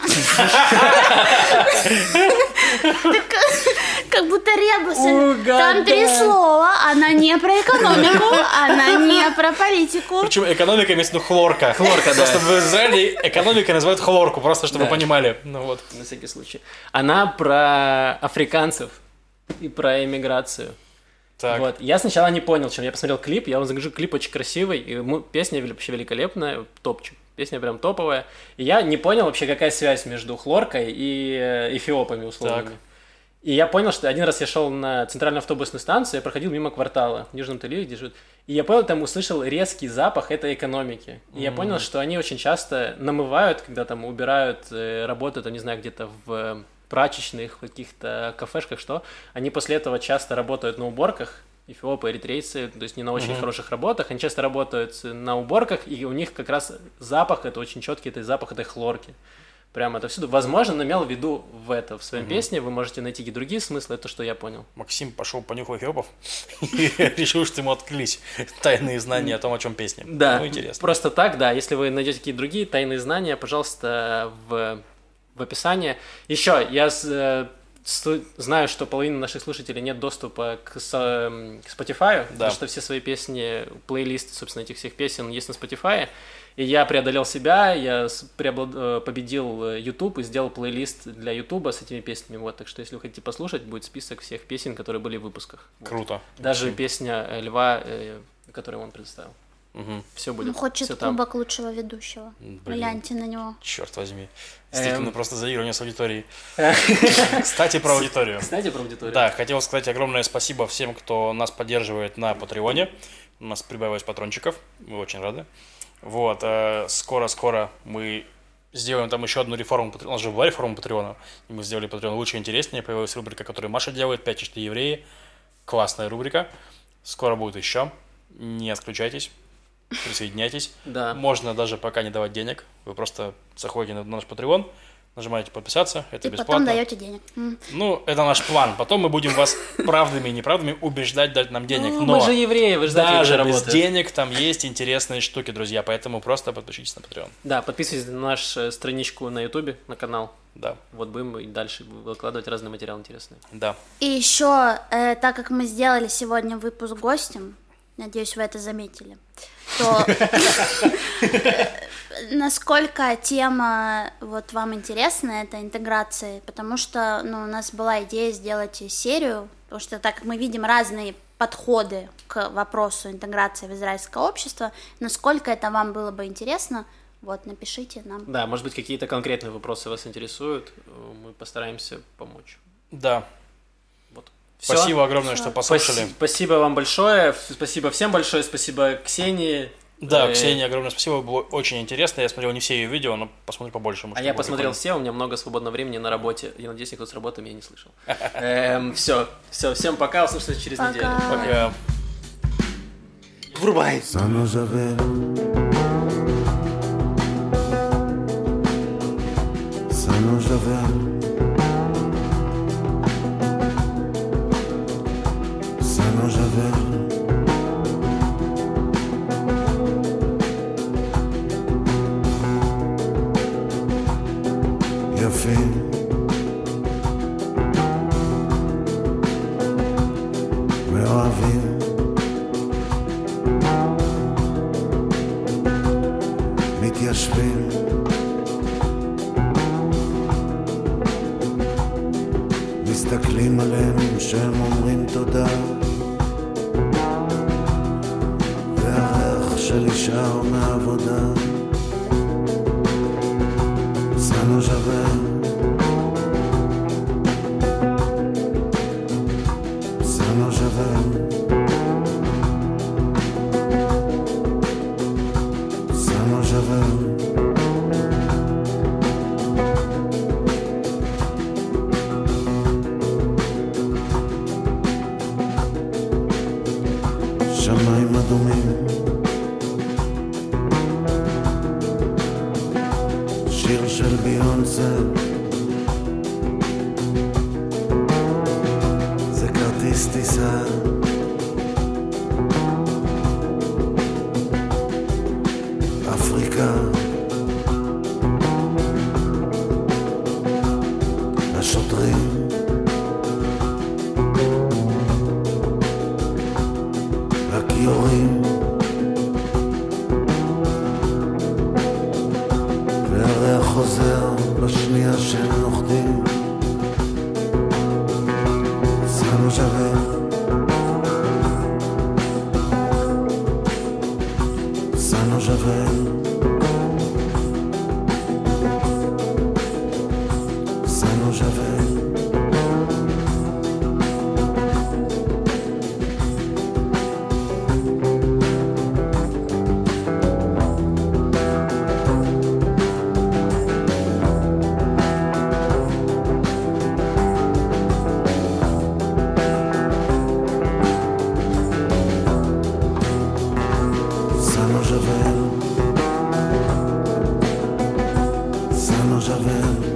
S4: Как будто ребусы.
S1: Угадай.
S4: Там три слова. Она не про экономику, она не про политику.
S2: Причем экономика имеется в виду хлорка.
S1: Хлорка, да.
S2: Просто в Израиле экономика называют хлорку, просто чтобы
S1: Да.
S2: вы понимали. Ну вот.
S1: На всякий случай. Она про африканцев и про эмиграцию.
S2: Так.
S1: Вот. Я сначала не понял, чем. Я посмотрел клип, я вам закажу, клип очень красивый, и му- песня вообще великолепная, топчик. Песня прям топовая. И я не понял вообще, какая связь между хлоркой и э, эфиопами условными.
S2: Так.
S1: И я понял, что один раз я шел на центральную автобусную станцию, я проходил мимо квартала в Южном Тель-Авиве, где живут. И я понял, там услышал резкий запах этой экономики. И я понял, что они очень часто намывают, когда там убирают, э, работают, там, не знаю, где-то в э, прачечных, в каких-то кафешках, что. Они после этого часто работают на уборках, эфиопы, эритрейцы, то есть не на очень
S2: Мгм.
S1: хороших работах, они часто работают на уборках, и у них как раз запах, это очень четкий, это запах этой хлорки. Прямо это всюду. Возможно, он имел в виду в это, в своей песне, вы можете найти и другие смыслы, это что я понял.
S2: Максим пошел понюхал эфиопов и решил, что ему открылись тайные знания о том, о чем песня.
S1: Да,
S2: Ну, интересно.
S1: просто так, да. Если вы найдете какие-то другие тайные знания, пожалуйста, в, в описании. Еще, я с- э, с- знаю, что половина наших слушателей нет доступа к, с- эм, к Spotify, потому что все свои песни, плейлисты, собственно, этих всех песен есть на Spotify. И я преодолел себя, я с- преоблад- э, победил э, YouTube и сделал плейлист для YouTube с этими песнями. Вот, так что, если вы хотите послушать, будет список всех песен, которые были в выпусках. Вот.
S2: Круто.
S1: Даже
S2: Максим.
S1: песня э, Льва, э, которую он предоставил.
S2: Мгм.
S1: Все будет.
S4: Он хочет
S1: всё там.
S4: кубок лучшего ведущего.
S2: Блин.
S4: Гляньте на него.
S2: Черт возьми. Действительно,
S1: Эм.
S2: просто заигрывание с аудиторией. Кстати, про аудиторию.
S1: Кстати, про аудиторию.
S2: Да, хотел сказать огромное спасибо всем, кто нас поддерживает на Патреоне. У нас прибавилось патрончиков, мы очень рады. Вот, э, скоро-скоро мы сделаем там еще одну реформу. Патре- У нас же была реформа Патреона, и мы сделали Патреон лучше и интереснее. Появилась рубрика, которую Маша делает, «Пять чисто евреи». Классная рубрика. Скоро будет еще. Не отключайтесь, присоединяйтесь.
S1: Да.
S2: Можно даже пока не давать денег. Вы просто заходите на наш Патреон, нажимаете подписаться, это
S4: И
S2: бесплатно.
S4: потом даете денег. М.
S2: Ну, это наш план. Потом мы будем вас правдами и неправдами убеждать дать нам денег.
S1: Ну,
S2: Но
S1: мы же евреи, вы же знаете, как
S2: даже
S1: это
S2: без
S1: работает.
S2: денег там есть интересные штуки, друзья. Поэтому просто подпишитесь на Patreon.
S1: Да, подписывайтесь на нашу э, страничку на Ютубе, на канал.
S2: Да,
S1: Вот будем мы и дальше выкладывать разный материал интересный.
S2: да.
S4: И еще, э, так как мы сделали сегодня выпуск гостем, надеюсь, вы это заметили, то насколько тема вот вам интересна, эта интеграция, потому что ну, у нас была идея сделать серию, потому что так как мы видим разные подходы к вопросу интеграции в израильское общество, насколько это вам было бы интересно, вот, напишите нам.
S1: Да, может быть, какие-то конкретные вопросы вас интересуют, мы постараемся помочь.
S2: Да.
S1: Вот.
S2: Спасибо огромное,
S4: Всё.
S2: что послушали.
S1: Спасибо, спасибо вам большое, спасибо всем большое, спасибо Ксении.
S2: Да,
S1: Э,
S2: Ксения, огромное спасибо, было очень интересно. Я смотрел не все ее видео, но посмотрю побольше. может,
S1: А я
S2: будет
S1: посмотрел
S2: прикольно.
S1: все, у меня много свободного времени на работе. Я надеюсь, никто с работы меня не слышал. Все, все, всем пока, услышимся через
S4: Пока.
S1: неделю.
S2: Пока.
S1: Врубай!
S5: Sans j'avais Sans j'avais Sans j'avais יפי ואוהבים מתיישבים מסתכלים עליהם שהם אומרים תודה והריח של אישה או מעבודה סנו שווה סנו שווה סנו שווה שמיים אדומים שיר של ביונסה זה כרטיס טיסה אפריקה השוטרים הכיורים והריח חוזר בשנייה של נוחתים סנו שווה סנו שווה סנו שווה Sano Javel Sano Javel